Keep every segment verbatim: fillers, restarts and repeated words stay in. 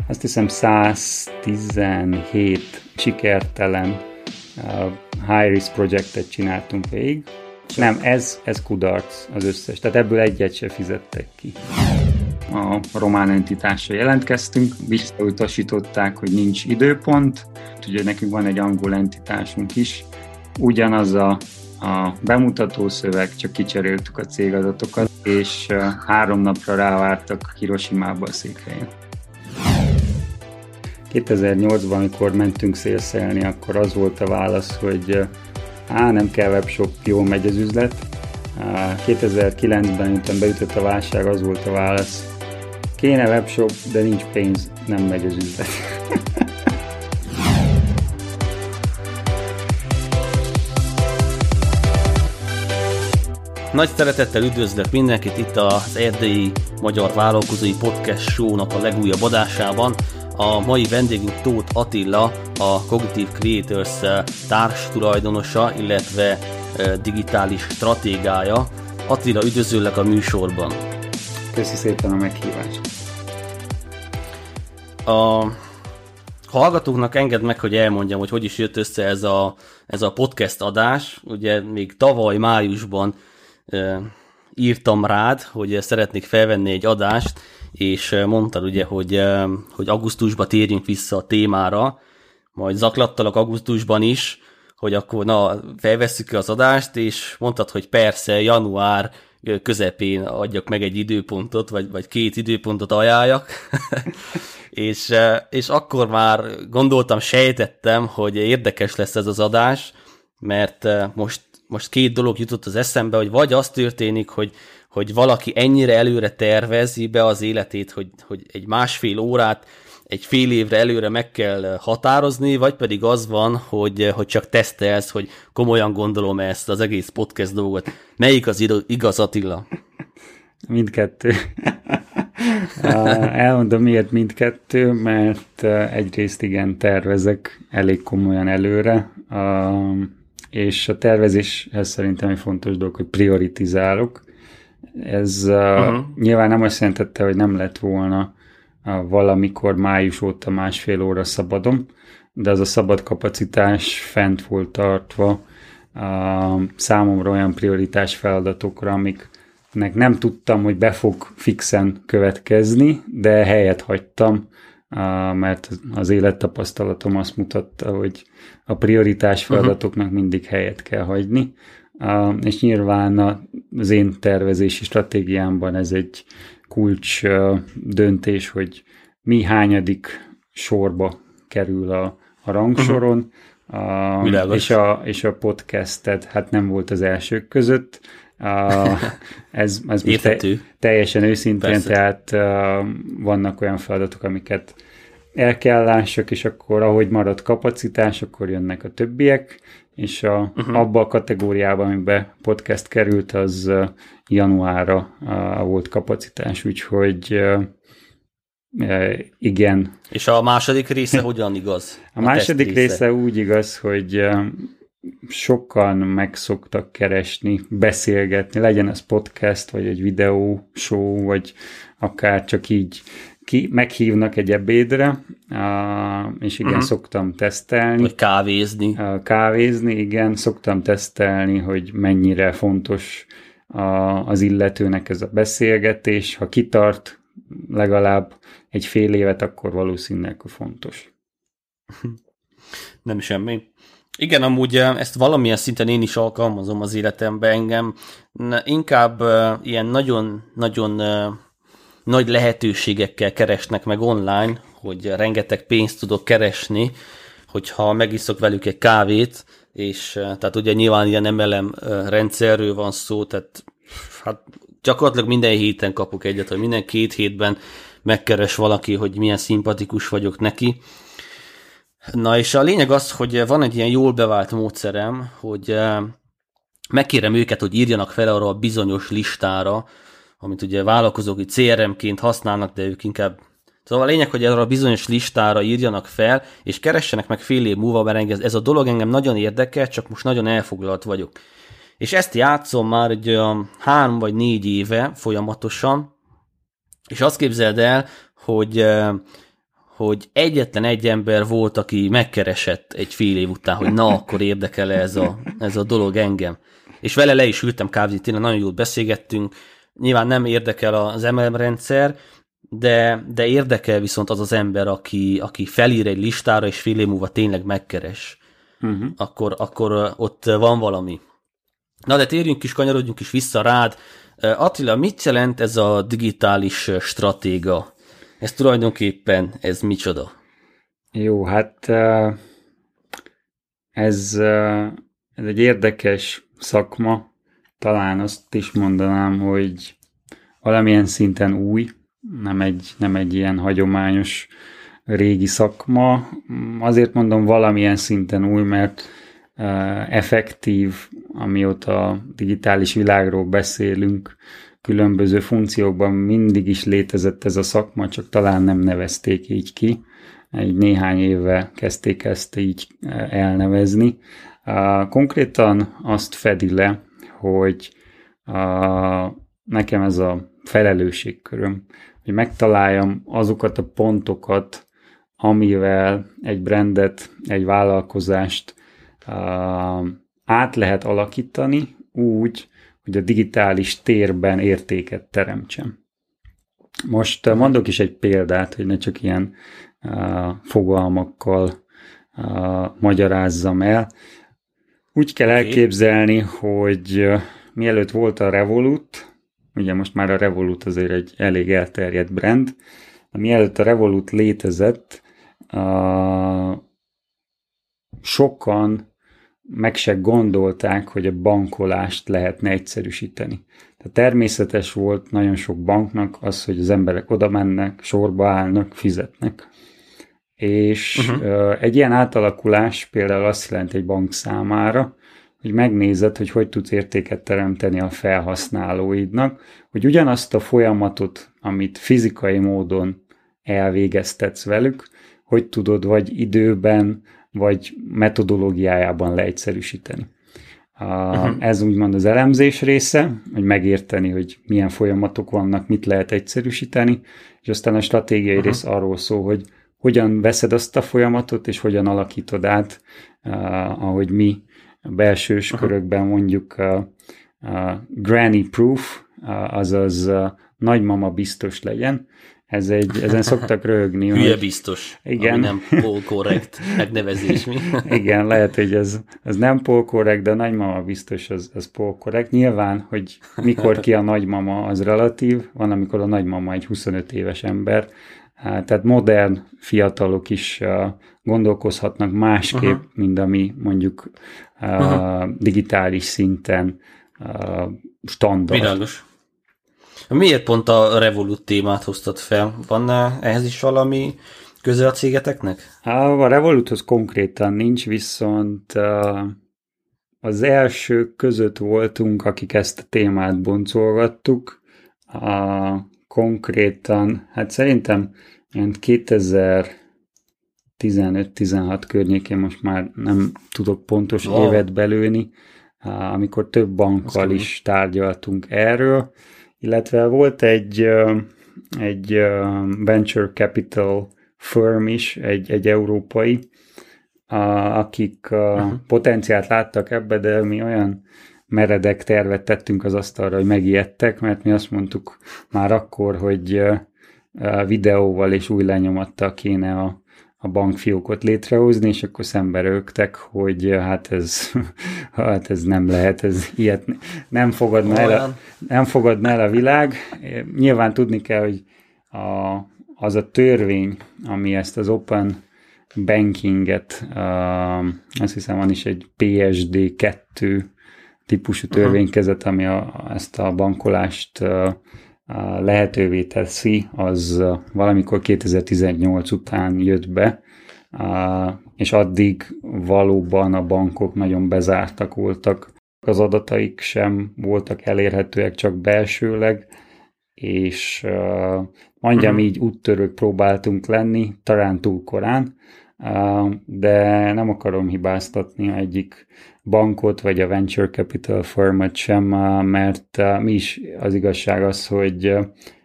azt hiszem száztizenhét sikertelen uh, high-risk projektet csináltunk végig. Nem, ez, ez kudarc az összes, tehát ebből egyet se fizettek ki. A román entitásra jelentkeztünk, visszautasították, hogy nincs időpont, ugye nekünk van egy angol entitásunk is, ugyanaz a, a bemutató szöveg, csak kicseréltük a cégadatokat, és uh, három napra rávártak Hiroshimába a székhelyen. kétezer-nyolcban, amikor mentünk szélszelni, akkor az volt a válasz, hogy á, nem kell webshop, jól megy az üzlet. kétezer-kilencben, miután beütött a válság, az volt a válasz, kéne webshop, de nincs pénz, nem megy az üzlet. Nagy szeretettel üdvözlök mindenkit itt az Erdélyi Magyar Vállalkozói Podcast Show-nak a legújabb adásában. A mai vendégünk Tóth Attila, a Cognitive Creators társtulajdonosa, illetve digitális stratégája. Attila, üdvözöllek a műsorban. Köszi szépen a meghívást. A hallgatóknak engedd meg, hogy elmondjam, hogy hogy is jött össze ez a, ez a podcast adás. Ugye még tavaly májusban e, írtam rád, hogy szeretnék felvenni egy adást, és mondtad ugye, hogy, hogy augusztusban térjünk vissza a témára, majd zaklattalak augusztusban is, hogy akkor na, felvesszük az adást, és mondtad, hogy persze, január közepén adjak meg egy időpontot, vagy, vagy két időpontot ajánljak, és, és akkor már gondoltam, sejtettem, hogy érdekes lesz ez az adás, mert most, most két dolog jutott az eszembe, hogy vagy az történik, hogy hogy valaki ennyire előre tervezi be az életét, hogy, hogy egy másfél órát egy fél évre előre meg kell határozni, vagy pedig az van, hogy, hogy csak tesztelsz, hogy komolyan gondolom ezt az egész podcast dolgot. Melyik az igaz, Attila? Mindkettő. Elmondom miért mindkettő, mert egyrészt igen, tervezek elég komolyan előre, és a tervezéshez szerintem egy fontos dolog, hogy prioritizálok. Ez uh-huh. uh, nyilván nem azt jelentette, hogy nem lett volna uh, valamikor május óta másfél óra szabadom, de az a szabad kapacitás fent volt tartva uh, számomra olyan prioritás feladatokra, amiknek nem tudtam, hogy be fog fixen következni, de helyet hagytam, uh, mert az élettapasztalatom azt mutatta, hogy a prioritás feladatoknak uh-huh. mindig helyet kell hagyni. Uh, és nyilván az én tervezési stratégiámban ez egy kulcs uh, döntés, hogy mi hányadik sorba kerül a, a rangsoron, uh, és, a, és a podcasted hát nem volt az elsők között. Uh, ez ez most te, teljesen őszintén, persze. Tehát uh, vannak olyan feladatok, amiket el kell lássak, és akkor ahogy marad kapacitás, akkor jönnek a többiek, és a, uh-huh. abba a kategóriában, amiben podcast került, az uh, januárra uh, volt kapacitás, úgyhogy uh, uh, igen. És a második része hogyan igaz? A, a második része? része úgy igaz, hogy uh, sokan meg szoktak keresni, beszélgetni, legyen ez podcast, vagy egy videó show, vagy akár csak így ki, meghívnak egy ebédre, uh, és igen, uh-huh. szoktam tesztelni. Vagy kávézni. Uh, kávézni, igen, szoktam tesztelni, hogy mennyire fontos uh, az illetőnek ez a beszélgetés. Ha kitart legalább egy fél évet, akkor valószínűleg fontos. Nem semmi. Igen, amúgy ezt valamilyen szinten én is alkalmazom az életemben, engem. Inkább uh, ilyen nagyon-nagyon uh, nagy lehetőségekkel keresnek meg online, hogy rengeteg pénzt tudok keresni, hogyha megiszok velük egy kávét, és tehát ugye nyilván ilyen em el em rendszerről van szó, tehát hát gyakorlatilag minden héten kapok egyet, vagy minden két hétben megkeres valaki, hogy milyen szimpatikus vagyok neki. Na és a lényeg az, hogy van egy ilyen jól bevált módszerem, hogy megkérem őket, hogy írjanak fel arra a bizonyos listára, amit ugye vállalkozók így cé er em-ként használnak, de ők inkább... Szóval a lényeg, hogy arra a bizonyos listára írjanak fel, és keressenek meg fél év múlva, mert ez a dolog engem nagyon érdekel, csak most nagyon elfoglalt vagyok. És ezt játszom már egy olyan három vagy négy éve folyamatosan, és azt képzeld el, hogy, hogy egyetlen egy ember volt, aki megkeresett egy fél év után, hogy na, akkor érdekel ez a, ez a dolog engem. És vele le is ültem kávézni, tényleg nagyon jól beszélgettünk. Nyilván nem érdekel az em el em rendszer, de, de érdekel viszont az az ember, aki, aki felír egy listára, és fél év múlva tényleg megkeres. Uh-huh. Akkor, akkor ott van valami. Na, de térjünk is, kanyarodjunk is vissza rád. Attila, mit jelent ez a digitális stratéga? Ez tulajdonképpen, ez micsoda? Jó, hát ez, ez egy érdekes szakma. Talán azt is mondanám, hogy valamilyen szinten új, nem egy, nem egy ilyen hagyományos régi szakma. Azért mondom valamilyen szinten új, mert effektív, amióta digitális világról beszélünk, különböző funkciókban mindig is létezett ez a szakma, csak talán nem nevezték így ki. Egy néhány éve kezdték ezt így elnevezni. Konkrétan azt fedi le, hogy nekem ez a felelősségköröm, hogy megtaláljam azokat a pontokat, amivel egy brandet, egy vállalkozást át lehet alakítani úgy, hogy a digitális térben értéket teremtsem. Most mondok is egy példát, hogy ne csak ilyen uh, fogalmakkal uh, magyarázzam el. Úgy kell elképzelni, hogy uh, mielőtt volt a Revolut, ugye most már a Revolut azért egy elég elterjedt brand, de mielőtt a Revolut létezett, uh, sokan meg se gondolták, hogy a bankolást lehetne egyszerűsíteni. Tehát természetes volt nagyon sok banknak az, hogy az emberek oda mennek, sorba állnak, fizetnek. És uh-huh. egy ilyen átalakulás például azt jelenti egy bank számára, hogy megnézed, hogy hogy tudsz értéket teremteni a felhasználóidnak, hogy ugyanazt a folyamatot, amit fizikai módon elvégeztetsz velük, hogy tudod vagy időben, vagy metodológiájában leegyszerűsíteni. Uh-huh. Ez úgymond az elemzés része, hogy megérteni, hogy milyen folyamatok vannak, mit lehet egyszerűsíteni, és aztán a stratégiai uh-huh. rész arról szól, hogy hogyan veszed azt a folyamatot, és hogyan alakítod át, uh, ahogy mi belsős uh-huh. körökben mondjuk uh, uh, granny proof, uh, azaz uh, nagymama biztos legyen. Ez egy, ezen szoktak röhögni. Hülye hogy... biztos, igen. Ami nem polkorrekt megnevezés. Mi? Igen, lehet, hogy ez, ez nem polkorrekt, de a nagymama biztos, az, az polkorrekt. Nyilván, hogy mikor ki a nagymama, az relatív. Van, amikor a nagymama egy huszonöt éves ember. Tehát modern fiatalok is gondolkozhatnak másképp, uh-huh. mint ami mondjuk uh-huh. digitális szinten standard. Világos. Miért pont a Revolut témát hoztad fel? Van ehhez is valami köze a cégeteknek? A Revoluthoz konkrétan nincs, viszont az elsők között voltunk, akik ezt a témát boncolgattuk. Konkrétan, hát szerintem ilyen kétezer-tizenöt-tizenhat környékén, most már nem tudok pontos wow. évet belőni, amikor több bankkal is tárgyaltunk erről. Illetve volt egy, egy venture capital firm is, egy, egy európai, akik uh-huh. potenciált láttak ebbe, de mi olyan meredek tervet tettünk az asztalra, hogy megijedtek, mert mi azt mondtuk már akkor, hogy videóval és új lenyomattal kéne a, a bankfiókot létrehozni, és akkor szembe rögtek, hogy hát ez, hát ez nem lehet, ez ilyet nem fogadna, el a, nem fogadna el a világ. Nyilván tudni kell, hogy a, az a törvény, ami ezt az open bankinget, uh, azt hiszem van is egy pé es dé kettő típusú törvénykezet, ami a, ezt a bankolást uh, lehetővé teszi, az valamikor kétezer-tizennyolc után jött be, és addig valóban a bankok nagyon bezártak voltak. Az adataik sem voltak elérhetőek, csak belsőleg, és mondjam így, úttörők próbáltunk lenni, talán túl korán, de nem akarom hibáztatni egyik bankot, vagy a venture capital firmot sem, mert mi is az igazság az, hogy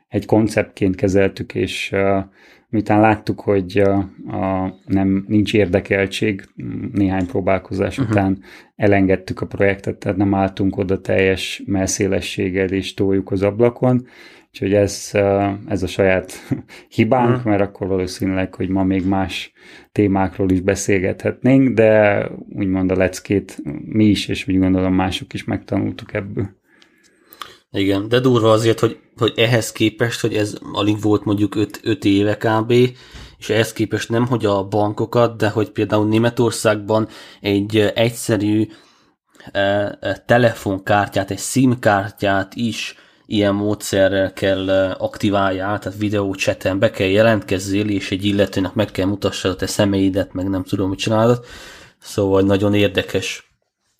egy konceptként kezeltük, és uh, miután láttuk, hogy uh, a, nem, nincs érdekeltség, néhány próbálkozás uh-huh. után elengedtük a projektet, tehát nem álltunk oda teljes mellszélességgel, és toljuk az ablakon, úgyhogy ez, uh, ez a saját hibánk, uh-huh. mert akkor valószínűleg, hogy ma még más témákról is beszélgethetnénk, de úgymond a leckét mi is, és úgy gondolom mások is megtanultuk ebből. Igen, de durva azért, hogy, hogy ehhez képest, hogy ez alig volt mondjuk öt éve kb., és ehhez képest nem, hogy a bankokat, de hogy például Németországban egy egyszerű eh, telefonkártyát, egy SIM-kártyát is ilyen módszerrel kell aktiválják, tehát videócseten be kell jelentkezzél, és egy illetőnek meg kell mutassad a te személyidet, meg nem tudom, mit csinálod. Szóval nagyon érdekes.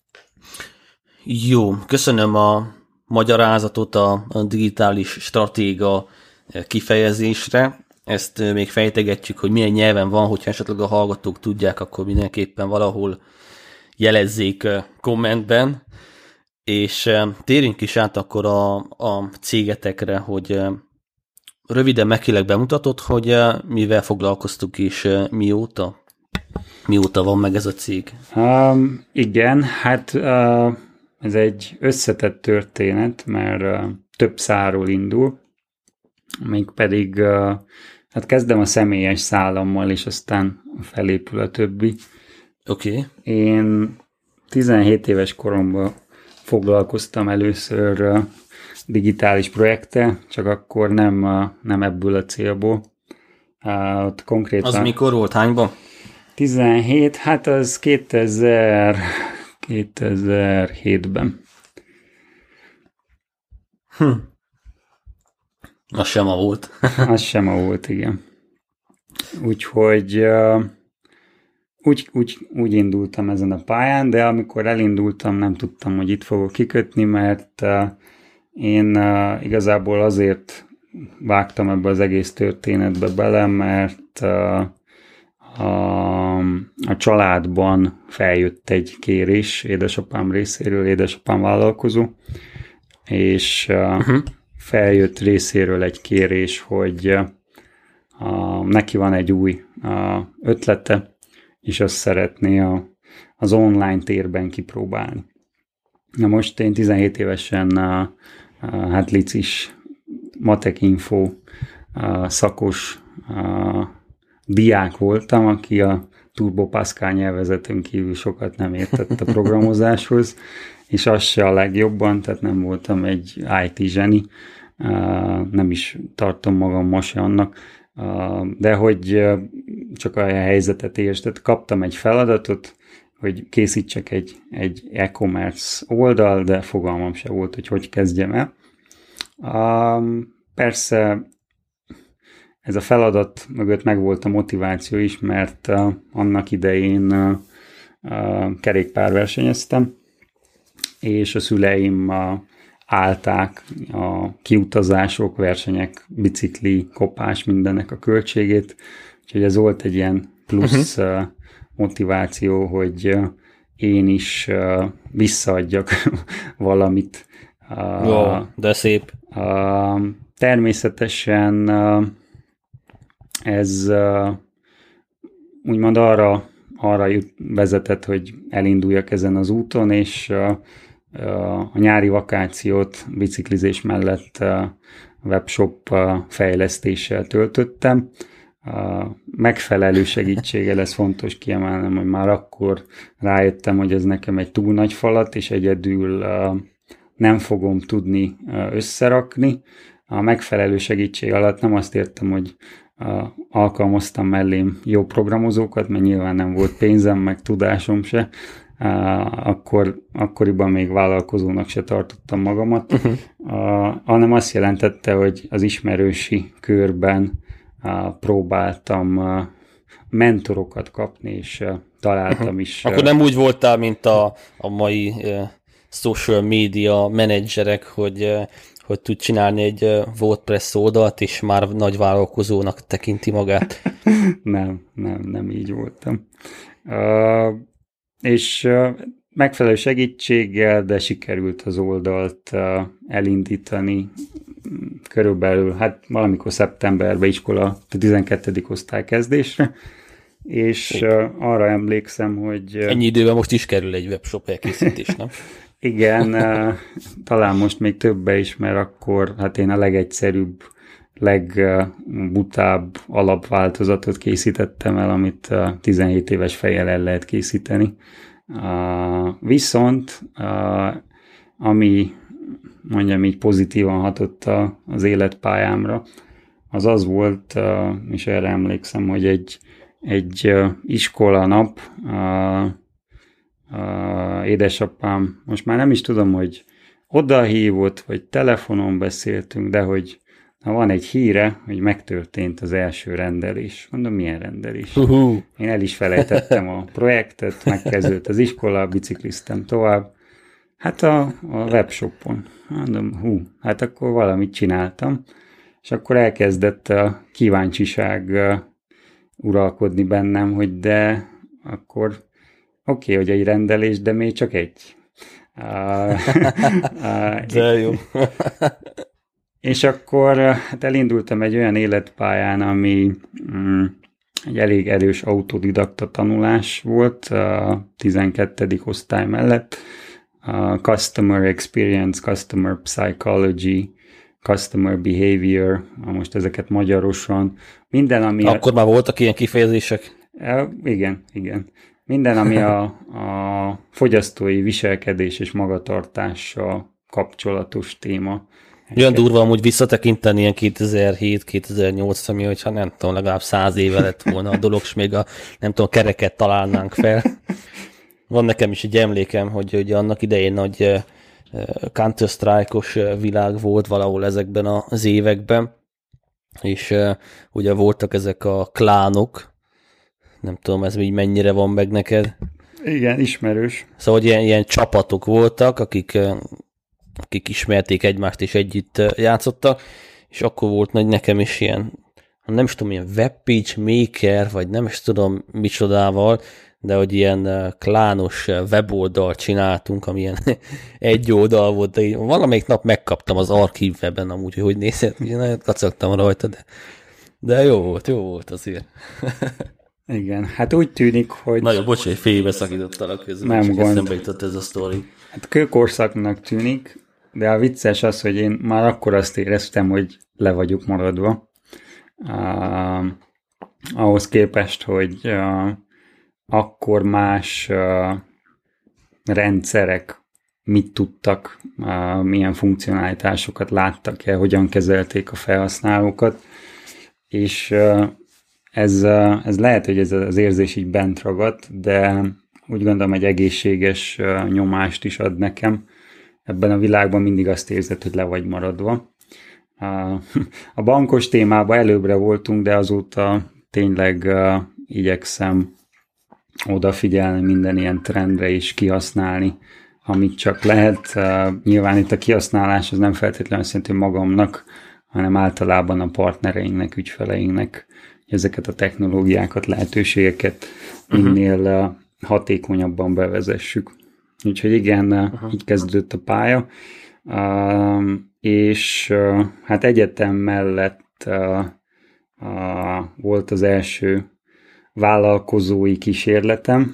Jó, köszönöm a magyarázatot a, a digitális stratéga kifejezésre. Ezt még fejtegetjük, hogy milyen nyelven van, hogyha esetleg a hallgatók tudják, akkor mindenképpen valahol jelezzék kommentben. És térjünk is át akkor a, a cégetekre, hogy röviden megkérlek bemutatod, hogy mivel foglalkoztuk és mióta? Mióta van meg ez a cég? Um, igen, hát uh, ez egy összetett történet, mert uh, több szálról indul, mégpedig uh, hát kezdem a személyes szállammal, és aztán felépül a többi. Oké. Okay. Én tizenhét éves koromban foglalkoztam először uh, digitális projekttel, csak akkor nem, uh, nem ebből a célból. Uh, ott konkrétan... Az mikor volt? Hányban? tizenhét, hát az kétezer, kétezer-hétben. Hm. Az sem a volt. Az sem a volt, igen. Úgyhogy uh, úgy, úgy, úgy indultam ezen a pályán, de amikor elindultam, nem tudtam, hogy itt fogok kikötni, mert uh, én uh, igazából azért vágtam ebbe az egész történetbe bele, mert uh, a, a családban feljött egy kérés édesapám részéről, édesapám vállalkozó, és uh, uh-huh. feljött részéről egy kérés, hogy uh, neki van egy új uh, ötlete, és azt szeretné a, az online térben kipróbálni. Na most én tizenhét évesen uh, uh, hát licis matek info uh, szakos uh, diák voltam, aki a Turbo Pascal nyelvezetön kívül sokat nem értett a programozáshoz, és az se a legjobban, tehát nem voltam egy i té zseni, nem is tartom magam ma se annak, de hogy csak a helyzetet értsd, tehát kaptam egy feladatot, hogy készítsek egy, egy e-commerce oldal, de fogalmam se volt, hogy hogy kezdjem el. Persze ez a feladat mögött megvolt a motiváció is, mert uh, annak idején uh, uh, kerékpárversenyeztem, és a szüleim uh, állták a kiutazások, versenyek, bicikli, kopás, mindennek a költségét, úgyhogy ez volt egy ilyen plusz uh-huh. uh, motiváció, hogy uh, én is uh, visszaadjak valamit. Uh, Wow, de szép. Uh, természetesen uh, ez uh, úgymond arra, arra jut, vezetett, hogy elinduljak ezen az úton, és uh, uh, a nyári vakációt biciklizés mellett uh, webshop uh, fejlesztéssel töltöttem. Uh, megfelelő segítséggel, ez fontos kiemelnem, hogy már akkor rájöttem, hogy ez nekem egy túl nagy falat, és egyedül uh, nem fogom tudni uh, összerakni. A megfelelő segítség alatt nem azt értem, hogy Uh, alkalmaztam mellém jó programozókat, mert nyilván nem volt pénzem, meg tudásom se. Uh, akkor, akkoriban még vállalkozónak se tartottam magamat, uh-huh. uh, hanem azt jelentette, hogy az ismerősi körben uh, próbáltam uh, mentorokat kapni, és uh, találtam uh-huh. is. Akkor uh, nem úgy voltál, mint a, a mai uh, social media menedzserek, hogy uh, hogy tud csinálni egy WordPress oldalt, és már nagy vállalkozónak tekinti magát. nem, nem, nem így voltam. Uh, és uh, megfelelő segítséggel, de sikerült az oldalt uh, elindítani. körülbelül, hát valamikor szeptemberben iskola, a tizenkettedik osztály kezdésre, és uh, arra emlékszem, hogy... Ennyi időben most is kerül egy webshop elkészítés, nem? Igen, uh, talán most még többe is, mert akkor hát én a legegyszerűbb, legbutább alapváltozatot készítettem el, amit uh, tizenhét éves fejjel el lehet készíteni. Uh, viszont uh, ami mondjam így pozitívan hatott a, az életpályámra, az az volt, uh, és erre emlékszem, hogy egy, egy uh, iskolanap, uh, uh, édesapám, most már nem is tudom, hogy odahívott, vagy telefonon beszéltünk, de hogy na, van egy híre, hogy megtörtént az első rendelés. Mondom, milyen rendelés? Uh-huh. Én el is felejtettem a projektet, megkezdődött az iskola, bicikliztem tovább. Hát a, a webshopon. Mondom, hú, hát akkor valamit csináltam. És akkor elkezdett a kíváncsiság uralkodni bennem, hogy de akkor oké, okay, hogy egy rendelés, de még csak egy. Uh, uh, de jó. És akkor hát elindultam egy olyan életpályán, ami mm, egy elég erős autodidakta tanulás volt a tizenkettedik osztály mellett. A Customer Experience, Customer Psychology, Customer Behavior, most ezeket magyarosan. Minden, ami... Akkor a... már voltak ilyen kifejezések? Igen, igen. Minden, ami a, a fogyasztói viselkedés és magatartással kapcsolatos téma. Olyan durva amúgy visszatekinteni ilyen kétezer-hét kétezer-nyolc, ami, hogyha nem tudom, legalább száz éve lett volna a dolog, és még a, nem tudom, kereket találnánk fel. Van nekem is egy emlékem, hogy ugye annak idején nagy Counter-Strike-os világ volt valahol ezekben az években, és ugye voltak ezek a klánok, nem tudom, ez így mennyire van meg neked. Igen, ismerős. Szóval ilyen, ilyen csapatok voltak, akik akik ismerték egymást és együtt játszottak, és akkor volt nagy nekem is ilyen, nem is tudom, ilyen webpage maker, vagy nem is tudom micsodával, de hogy ilyen klános weboldal csináltunk, ami ilyen egy oldal volt, de valamelyik nap megkaptam az archív weben amúgy, hogy hogy nézett, nagyon kacagtam rajta, de, de jó volt, jó volt azért. Igen, hát úgy tűnik, hogy... Nagyon bocs, hogy félbe szakítottalak közben, csak eszembe jutott ez a sztori. Hát kőkorszaknak tűnik, de a vicces az, hogy én már akkor azt éreztem, hogy le vagyok maradva. Uh, ahhoz képest, hogy uh, akkor más uh, rendszerek mit tudtak, uh, milyen funkcionalitásokat láttak el, hogyan kezelték a felhasználókat, és uh, ez, uh, ez lehet, hogy ez az érzés így bent ragadt, de úgy gondolom, egy egészséges uh, nyomást is ad nekem. Ebben a világban mindig azt érzed, hogy le vagy maradva. Uh, a bankos témában előbbre voltunk, de azóta tényleg uh, igyekszem odafigyelni minden ilyen trendre és kihasználni, amit csak lehet. Uh, nyilván itt a kihasználás az nem feltétlenül azt jelenti magamnak, hanem általában a partnereinknek, ügyfeleinknek ezeket a technológiákat, lehetőségeket minél uh, hatékonyabban bevezessük. Úgyhogy igen, uh-huh. így kezdődött a pálya. Uh, és uh, hát egyetem mellett uh, uh, volt az első vállalkozói kísérletem.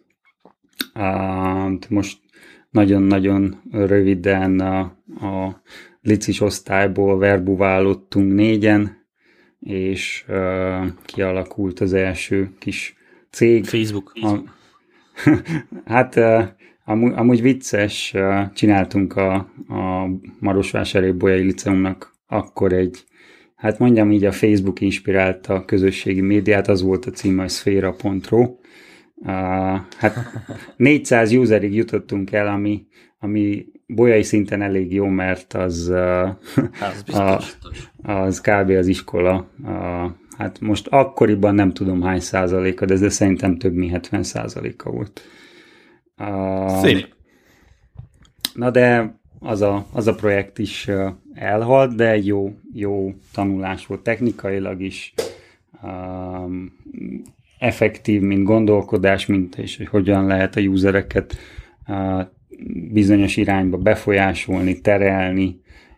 Uh, most nagyon-nagyon röviden a, a licis osztályból verbuválottunk négyen, és uh, kialakult az első kis cég. Facebook. A, hát uh, amúgy, amúgy vicces, uh, csináltunk a, a Marosvásárhelyi Bolyai Liceumnak akkor egy, hát mondjam így, a Facebook inspirálta a közösségi médiát, az volt a címe, hogy szféra pont ro. Uh, hát négyszáz userig jutottunk el, ami, ami bolyai szinten elég jó, mert az, uh, az, a, az kb. Az iskola. Uh, hát most akkoriban nem tudom hány százaléka, de, de szerintem több mint hetven százaléka volt. Uh, Szép. Na de az a, az a projekt is uh, elhalt, de egy jó, jó tanulás volt technikailag is. Uh, effektív, mint gondolkodás, mint és hogy hogyan lehet a usereket uh, bizonyos irányba befolyásolni, terelni,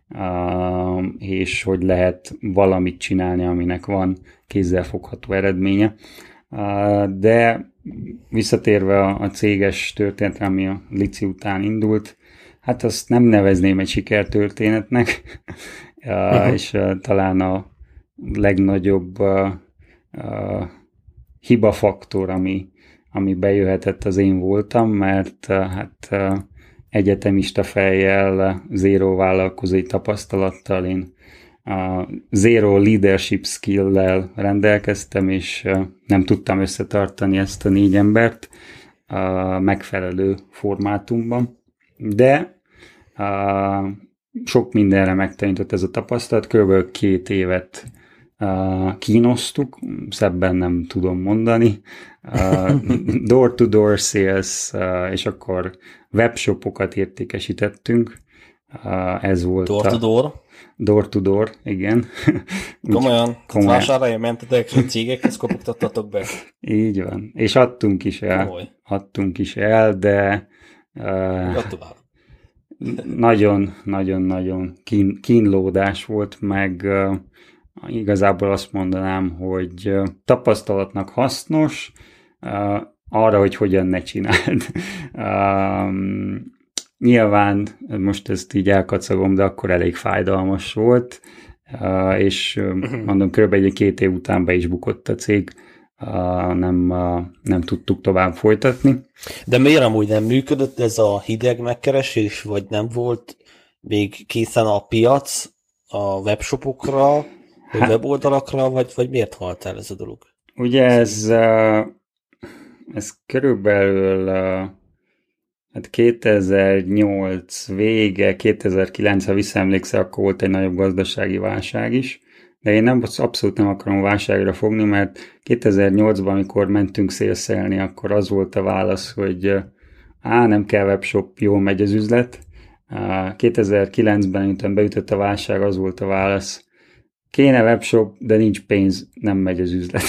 és hogy lehet valamit csinálni, aminek van kézzelfogható eredménye. De visszatérve a céges történetre, ami a Lici után indult, hát azt nem nevezném egy sikertörténetnek, uh-huh. és uh, talán a legnagyobb uh, uh, hibafaktor, ami, ami bejöhetett, az én voltam, mert uh, hát uh, egyetemista fejjel, zéró vállalkozói tapasztalattal én uh, zero leadership skill-lel rendelkeztem, és uh, nem tudtam összetartani ezt a négy embert uh, megfelelő formátumban. De Uh, sok mindenre megtanított ez a tapasztalat, kb. két évet uh, kínoztuk, szebben nem tudom mondani, uh, door-to-door sales, uh, és akkor webshopokat értékesítettünk, uh, ez volt door-to-door? A door-to-door, igen. Komolyan? komolyan. Vásárolja, mentetek, és a cégekhez kopogtattatok be? Így van, és adtunk is el, Komoly. adtunk is el, de uh, nagyon-nagyon-nagyon kín, kínlódás volt, meg uh, igazából azt mondanám, hogy uh, tapasztalatnak hasznos, uh, arra, hogy hogyan ne csináld. uh, nyilván most ezt így elkacagom, de akkor elég fájdalmas volt, uh, és uh, mondom, kb. egy két év után be is bukott a cég, Uh, nem, uh, nem tudtuk tovább folytatni. De miért amúgy nem működött ez a hideg megkeresés, vagy nem volt még készen a piac a webshopokra, vagy hát, weboldalakra, vagy, vagy miért halt el ez a dolog? Ugye ez, uh, ez körülbelül uh, hát kétezer-nyolc vége, kétezer-kilenc, ha visszaemlékszel, akkor volt egy nagyobb gazdasági válság is. De én nem, abszolút nem akarom a válságra fogni, mert kétezer-nyolcban, amikor mentünk szélszelni, akkor az volt a válasz, hogy á, nem kell webshop, jól megy az üzlet. kétezer-kilencben, amikor beütött a válság, az volt a válasz, kéne webshop, de nincs pénz, nem megy az üzlet.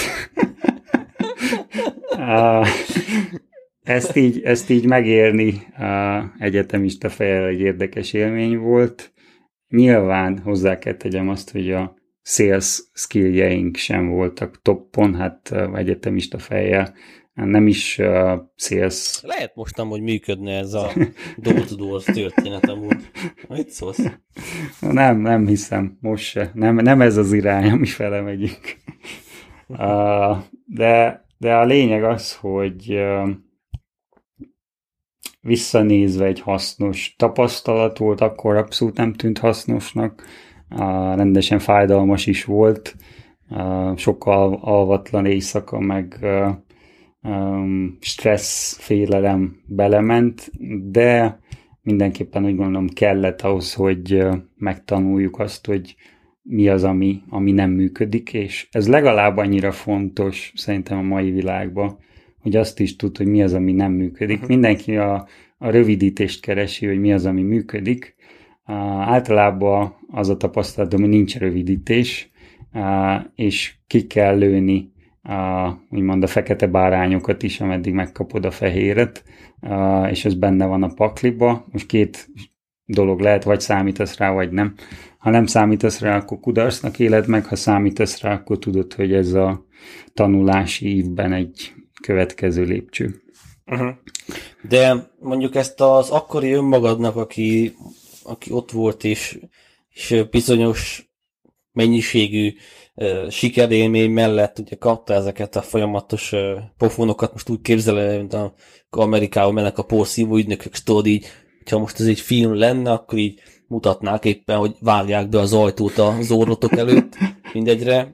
ezt, így, ezt így megérni egyetemista fejjel egy érdekes élmény volt. Nyilván hozzá kell tegyem azt, hogy a sales skilljeink sem voltak toppon, hát uh, egyetemista fejjel nem is uh, sales. Lehet mostan, hogy működne ez a door-to-door történet amúgy. Mit szólsz? Nem, nem hiszem, most se. Nem, nem ez az irány, ami fele megyünk. Uh, de, de a lényeg az, hogy uh, visszanézve egy hasznos tapasztalat volt, akkor abszolút nem tűnt hasznosnak. Uh, rendesen fájdalmas is volt, uh, sokkal alvatlan éjszaka, meg uh, um, stressz, félelem belement, de mindenképpen úgy gondolom kellett ahhoz, hogy uh, megtanuljuk azt, hogy mi az, ami, ami nem működik, és ez legalább annyira fontos szerintem a mai világban, hogy azt is tud, hogy mi az, ami nem működik. Uh-huh. Mindenki a, a rövidítést keresi, hogy mi az, ami működik. Uh, általában az a tapasztalat, hogy nincs rövidítés, uh, és ki kell lőni uh, úgymond a fekete bárányokat is, ameddig megkapod a fehéret, uh, és ez benne van a pakliba. Most két dolog lehet, vagy számítasz rá, vagy nem. Ha nem számítasz rá, akkor kudarcnak éled meg, ha számítasz rá, akkor tudod, hogy ez a tanulási ívben egy következő lépcső. Uh-huh. De mondjuk ezt az akkori önmagadnak, aki aki ott volt, és, és bizonyos mennyiségű uh, sikerélmény mellett ugye kapta ezeket a folyamatos uh, pofonokat, most úgy képzelem, mint a Amerikában mennek a porszívó ügynökök, és tudod így, hogyha most ez egy film lenne, akkor így mutatnák éppen, hogy vágják be az ajtót az orrotok előtt mindegyre.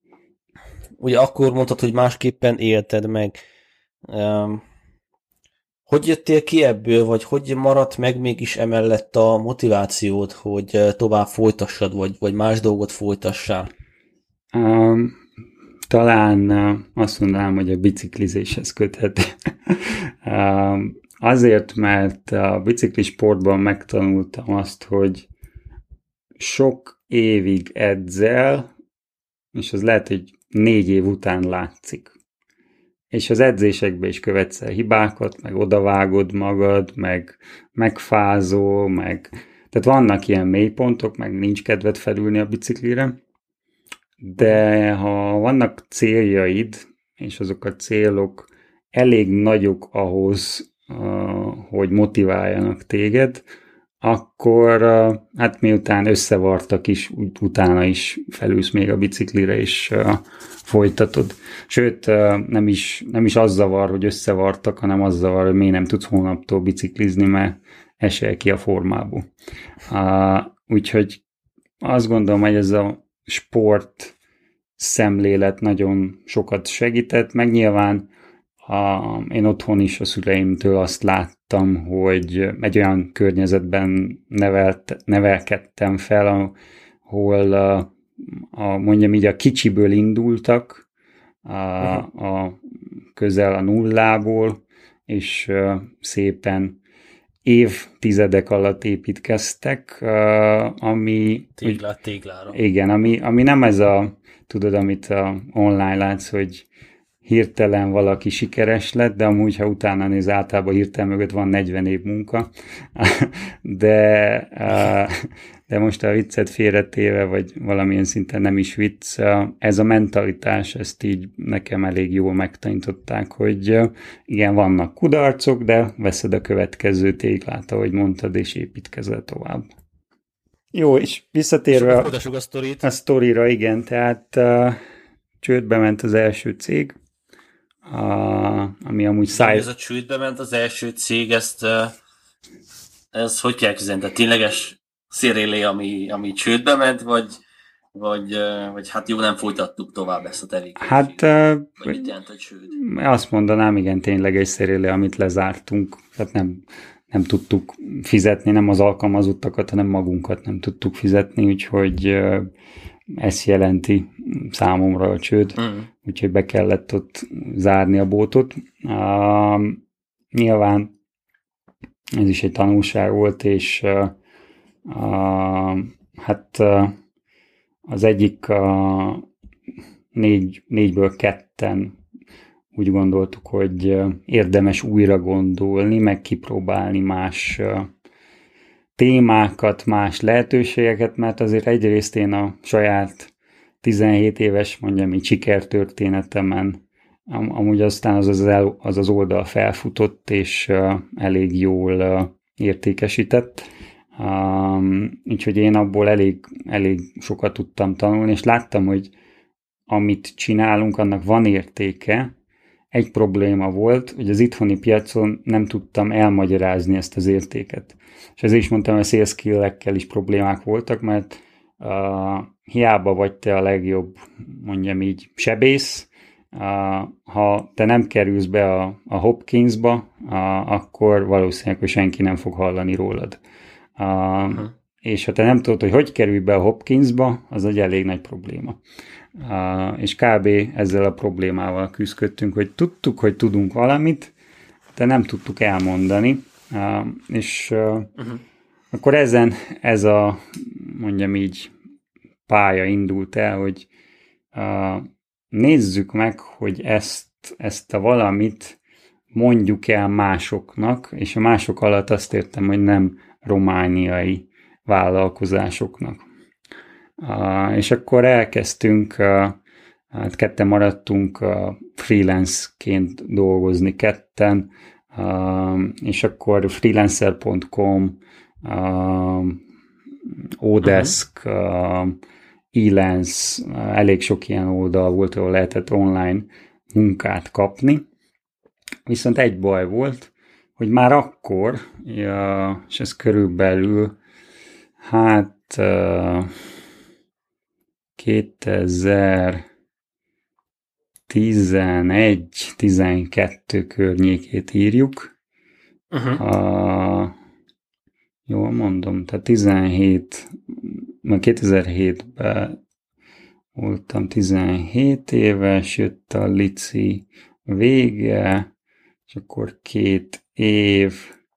Ugye akkor mondtad, hogy másképpen élted meg. Um, Hogy jöttél ki ebből, vagy hogy maradt meg mégis emellett a motivációd, hogy tovább folytassad, vagy, vagy más dolgot folytassál? Um, talán uh, azt mondanám, hogy a biciklizéshez köthető. um, azért, mert a biciklisportban megtanultam azt, hogy sok évig edzel, és az lehet, hogy négy év után látszik. És az edzésekben is követsz el hibákat, meg odavágod magad, meg megfázol, meg Tehát vannak ilyen mélypontok, meg nincs kedved felülni a biciklire, de ha vannak céljaid, és azok a célok elég nagyok ahhoz, hogy motiváljanak téged, akkor hát miután összevartak is, utána is felülsz még a biciklire, és folytatod. Sőt, nem is, nem is az zavar, hogy összevartak, hanem az zavar, hogy miért nem tudsz hónaptól biciklizni, mert esel ki a formából. Úgyhogy azt gondolom, hogy ez a sport szemlélet nagyon sokat segített, meg nyilván a, én otthon is a szüleimtől azt láttam, hogy egy olyan környezetben nevelt, nevelkedtem fel, ahol a, a, mondjam így a kicsiből indultak, a, a közel a nullából, és szépen évtizedek alatt építkeztek, ami... Téglát téglára. Igen, ami, ami nem ez a, tudod, amit a online látsz, hogy hirtelen valaki sikeres lett, de amúgy, ha utána néz, általában hirtelen mögött van negyven év munka, de, de most a viccet félretéve, vagy valamilyen szinten nem is vicc, ez a mentalitás, ezt így nekem elég jól megtanították, hogy igen, vannak kudarcok, de veszed a következő téglát, ahogy mondtad, és építkezel tovább. Jó, és visszatérve a, a, a sztorira, igen, tehát uh, csődbe ment az első cég, uh, ami amúgy száj... Ez a csődbe ment az első cég, ezt, uh, ez hogy kell közön? Tehát tényleges szérélé, ami, ami csődbe ment, vagy, vagy, uh, vagy hát jó, nem folytattuk tovább ezt a tevékenységet? Hát... Uh, vagy mit jelent a csőd? Azt mondanám, igen, tényleges szérélé, amit lezártunk, tehát nem... nem tudtuk fizetni, nem az alkalmazottakat, hanem magunkat nem tudtuk fizetni, úgyhogy ez jelenti számomra a csőd, uh-huh. úgyhogy be kellett ott zárni a bótot. Uh, nyilván ez is egy tanulság volt, és uh, uh, hát uh, az egyik uh, négy, négyből ketten úgy gondoltuk, hogy érdemes újra gondolni, meg kipróbálni más témákat, más lehetőségeket, mert azért egyrészt én a saját tizenhét éves, mondjam így, sikertörténetemen, am- amúgy aztán az az, el, az az oldal felfutott, és elég jól értékesített. Um, úgyhogy én abból elég, elég sokat tudtam tanulni, és láttam, hogy amit csinálunk, annak van értéke. Egy probléma volt, hogy az itthoni piacon nem tudtam elmagyarázni ezt az értéket. És ezért is mondtam, hogy a sales skill-ekkel is problémák voltak, mert uh, hiába vagy te a legjobb, mondjam így, sebész, uh, ha te nem kerülsz be a, a Hopkinsba, uh, akkor valószínűleg, hogy senki nem fog hallani rólad. Uh, uh-huh. És ha te nem tudod, hogy hogy kerülj be a Hopkinsba, az egy elég nagy probléma. Uh, és kb. Ezzel a problémával küzdöttünk, hogy tudtuk, hogy tudunk valamit, de nem tudtuk elmondani, uh, és uh, uh-huh. akkor ezen ez a, mondjam így, pálya indult el, hogy uh, nézzük meg, hogy ezt, ezt a valamit mondjuk el másoknak, és a mások alatt azt értem, hogy nem romániai vállalkozásoknak. Uh, és akkor elkezdtünk, uh, hát ketten maradtunk uh, freelance-ként dolgozni ketten, uh, és akkor freelancer pont com, uh, Odesk, uh, Elance, uh, elég sok ilyen oldal volt, ahol lehetett online munkát kapni. Viszont egy baj volt, hogy már akkor, uh, és ez körülbelül, hát uh, kétezer-tizenegy tizenkettő környékét írjuk. Uh-huh. A, jól mondom, tehát tizenhét, kétezer-hétben voltam tizenhét éves, jött a lici vége, és akkor két év,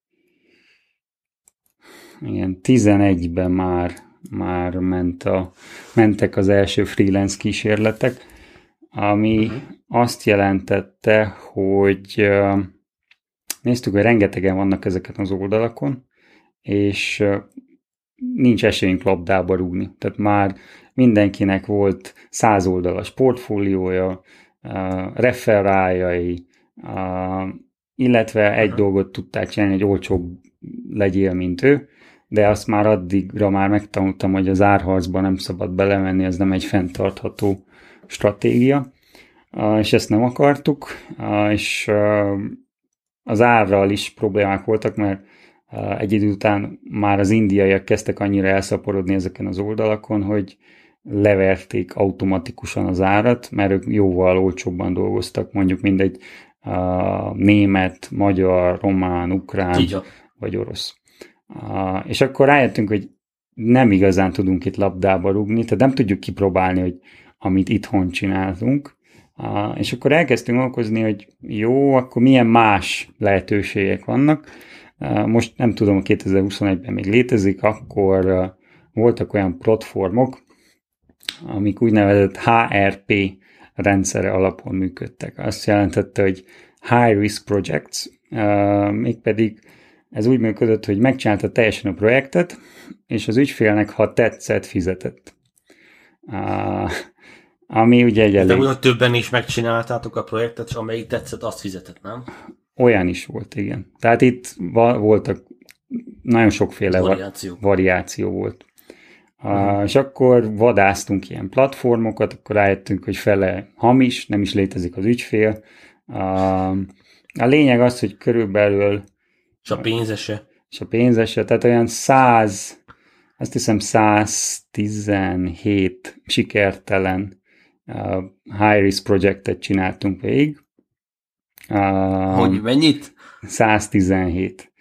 igen, tizenegyben már már ment a, mentek az első freelance kísérletek, ami uh-huh. azt jelentette, hogy uh, néztük, hogy rengetegen vannak ezeken az oldalakon, és uh, nincs esélyünk labdába rúgni. Tehát már mindenkinek volt száz oldalas portfóliója, uh, referáljai, uh, illetve egy uh-huh. dolgot tudták csinálni, hogy olcsóbb legyél, mint ő, de azt már addigra már megtanultam, hogy az árharcba nem szabad belemenni, ez nem egy fenntartható stratégia, uh, és ezt nem akartuk, uh, és uh, az árral is problémák voltak, mert uh, egy idő után már az indiaiak kezdtek annyira elszaporodni ezeken az oldalakon, hogy leverték automatikusan az árat, mert ők jóval olcsóbban dolgoztak, mondjuk mindegy uh, német, magyar, román, ukrán Így. vagy orosz. Uh, és akkor rájöttünk, hogy nem igazán tudunk itt labdába rúgni, tehát nem tudjuk kipróbálni, hogy amit itthon csináltunk, uh, és akkor elkezdtünk gondolkozni, hogy jó, akkor milyen más lehetőségek vannak. Uh, most nem tudom, kétezer-huszonegyben még létezik, akkor uh, voltak olyan platformok, amik úgynevezett há er pé rendszere alapon működtek. Azt jelentette, hogy High Risk Projects, uh, mégpedig ez úgy működött, hogy megcsinálta teljesen a projektet, és az ügyfélnek, ha tetszett, fizetett. Uh, ami ugye egy elég... De olyan többen is megcsináltátok a projektet, és amelyik tetszett, azt fizetett, nem? Olyan is volt, igen. Tehát itt va- voltak nagyon sokféle variáció, va- variáció volt. Uh, és akkor vadásztunk ilyen platformokat, akkor rájöttünk, hogy fele hamis, nem is létezik az ügyfél. Uh, a lényeg az, hogy körülbelül és a pénzese. És a pénzese, tehát olyan száz, azt hiszem száz tizenhét sikertelen uh, high risk projektet csináltunk végig. Uh, hogy mennyit? száz tizenhét.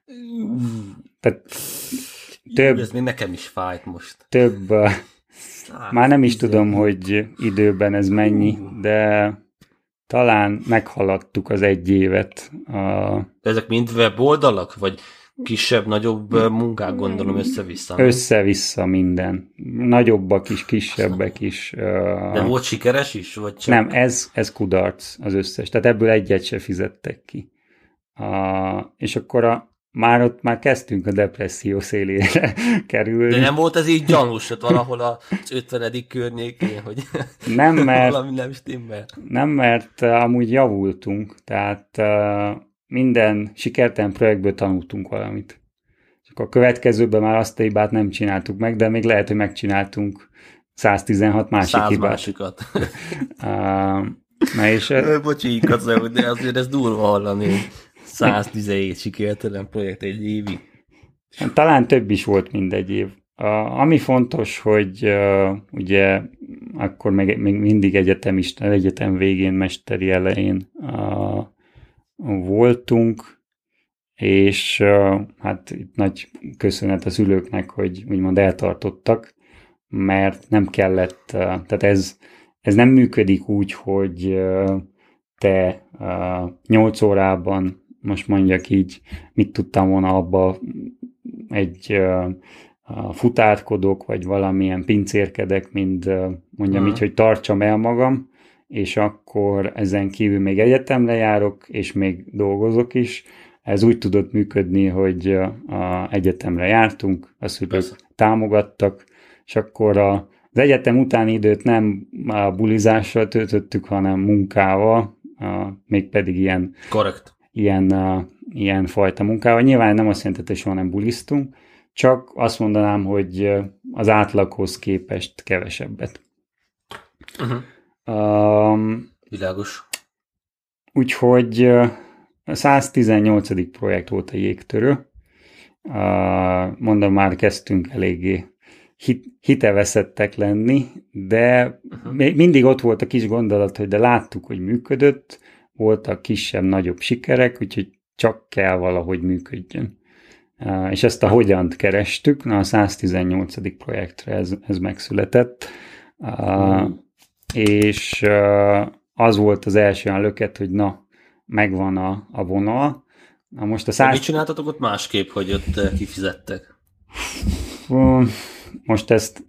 Tehát több, ez még nekem is fájt most. Több, uh, már nem is tudom, hogy időben ez mennyi, de talán meghaladtuk az egy évet. Uh, ezek mind weboldalak? Vagy kisebb, nagyobb munkák, gondolom, össze-vissza? Nem? Össze-vissza minden. Nagyobbak is, kisebbek is. Uh, de volt sikeres is? Vagy csak... Nem, ez, ez kudarc az összes. Tehát ebből egyet se fizettek ki. Uh, és akkor a Már ott már kezdtünk a depresszió szélére kerülni. De nem volt ez így gyanús, hogy valahol az ötvenedik környékén, hogy nem, mert, valami nem stimmel. Nem, mert uh, amúgy javultunk, tehát uh, minden sikertelen projektből tanultunk valamit. Csak a következőben már azt a hibát nem csináltuk meg, de még lehet, hogy megcsináltunk száz tizenhat másik száz hibát. másikat. uh, na és... Bocsi, Kacau, de azért ez durva hallani. száztizenhét sikertelen projekt egy évig. Talán több is volt, mint egy év. Uh, ami fontos, hogy uh, ugye akkor még, még mindig egyetemista, egyetem végén, mesteri elején uh, voltunk, és uh, hát itt nagy köszönet a szülőknek, hogy úgymond eltartottak, mert nem kellett, uh, tehát ez, ez nem működik úgy, hogy uh, te uh, nyolc órában most mondjak így, mit tudtam volna abba egy uh, futárkodok, vagy valamilyen pincérkedek, mint uh, mondjam uh-huh. így, hogy tartsam el magam, és akkor ezen kívül még egyetemre járok, és még dolgozok is. Ez úgy tudott működni, hogy uh, egyetemre jártunk, a szülők Persze. támogattak, és akkor a, az egyetem utáni időt nem a bulizással töltöttük, hanem munkával, uh, mégpedig ilyen Correct. Ilyen, uh, ilyen fajta munkával. Nyilván nem azt jelenti, hogy soha nem bulisztunk, csak azt mondanám, hogy az átlaghoz képest kevesebbet. Uh-huh. Um, Világos. Úgyhogy a száz tizennyolcadik projekt volt a jégtörő. Uh, mondom, már kezdtünk eléggé hit, hiteveszettek lenni, de uh-huh. még mindig ott volt a kis gondolat, hogy de láttuk, hogy működött, voltak kisebb-nagyobb sikerek, úgyhogy csak kell valahogy működjön. Uh, és ezt a hogyant kerestük, na a száz tizennyolcadik projektre ez, ez megszületett, uh, mm. és uh, az volt az első olyan löket, hogy na, megvan a, a vonal. Na most a száz... Mit csináltatok ott másképp, hogy ott kifizettek? Uh, most ezt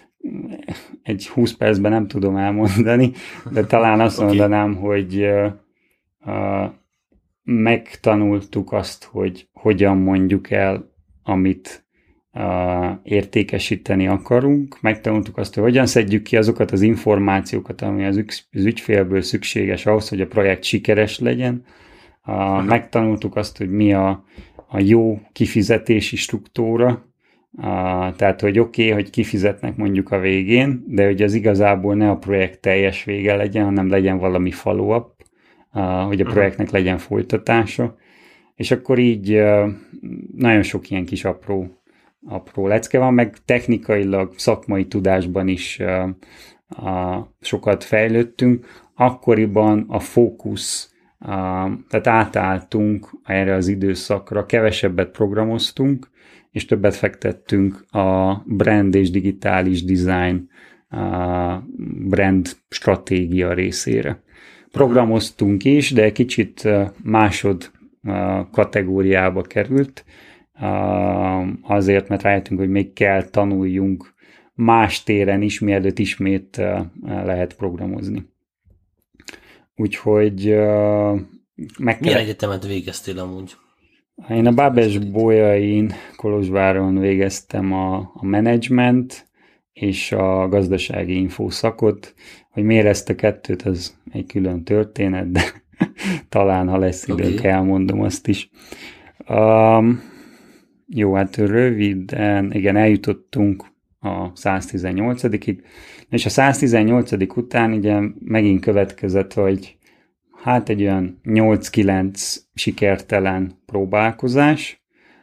egy húsz percben nem tudom elmondani, de talán azt okay. mondanám, hogy uh, uh, megtanultuk azt, hogy hogyan mondjuk el, amit értékesíteni akarunk. Megtanultuk azt, hogy hogyan szedjük ki azokat az információkat, ami az, ügy, az ügyfélből szükséges ahhoz, hogy a projekt sikeres legyen. Uh, megtanultuk azt, hogy mi a, a jó kifizetési struktúra, uh, tehát, hogy oké, okay, hogy kifizetnek mondjuk a végén, de hogy az igazából ne a projekt teljes vége legyen, hanem legyen valami follow-up, uh, hogy a projektnek legyen folytatása. És akkor így uh, nagyon sok ilyen kis apró apró lecke van, meg technikailag, szakmai tudásban is uh, uh, sokat fejlődtünk. Akkoriban a fókusz, uh, tehát átálltunk erre az időszakra, kevesebbet programoztunk, és többet fektettünk a brand és digitális design uh, brand stratégia részére. Programoztunk is, de kicsit uh, másod uh, kategóriába került, Uh, azért, mert rájöttünk, hogy még kell tanuljunk más téren is, mielőtt ismét uh, lehet programozni. Úgyhogy uh, meg Milyen kell... egyetemet végeztél amúgy? Én a Bábes-Bolyain, Kolozsváron végeztem a, a menedzsment és a gazdasági infószakot. Hogy miért ezt a kettőt, az egy külön történet, de talán, ha lesz időnk, okay. elmondom azt is. Um, Jó, hát röviden, igen, eljutottunk a száztizennyolcadikig, és a száztizennyolcadik után ugye megint következett, hogy hát egy olyan nyolc-kilenc sikertelen próbálkozás,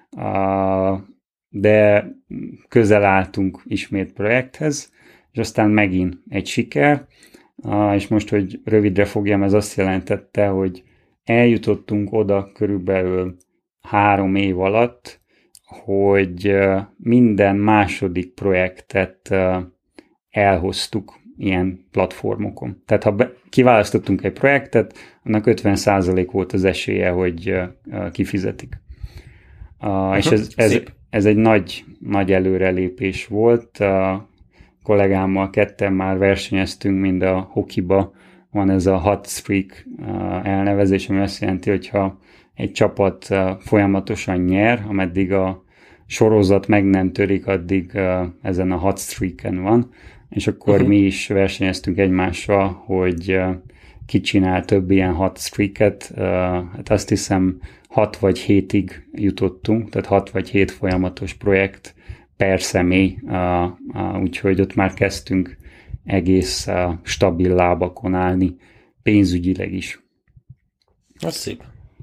de közel álltunk ismét projekthez, és aztán megint egy siker, és most, hogy rövidre fogjam, ez azt jelentette, hogy eljutottunk oda körülbelül három év alatt, hogy minden második projektet elhoztuk ilyen platformokon. Tehát ha be, kiválasztottunk egy projektet, annak ötven százalék volt az esélye, hogy kifizetik. Uh, és ez, ez, ez egy nagy, nagy előrelépés volt. A kollégámmal ketten már versenyeztünk, mind a hokiba van ez a hot streak elnevezés, ami azt jelenti, hogyha egy csapat folyamatosan nyer, ameddig a sorozat meg nem törik, addig ezen a hot streaken van, és akkor uh-huh. mi is versenyeztünk egymással, hogy ki csinál több ilyen hot streaket. Hát azt hiszem hat vagy hétig jutottunk, tehát hat vagy hét folyamatos projekt per személy, úgyhogy ott már kezdtünk egész stabil lábakon állni, pénzügyileg is. Az szép.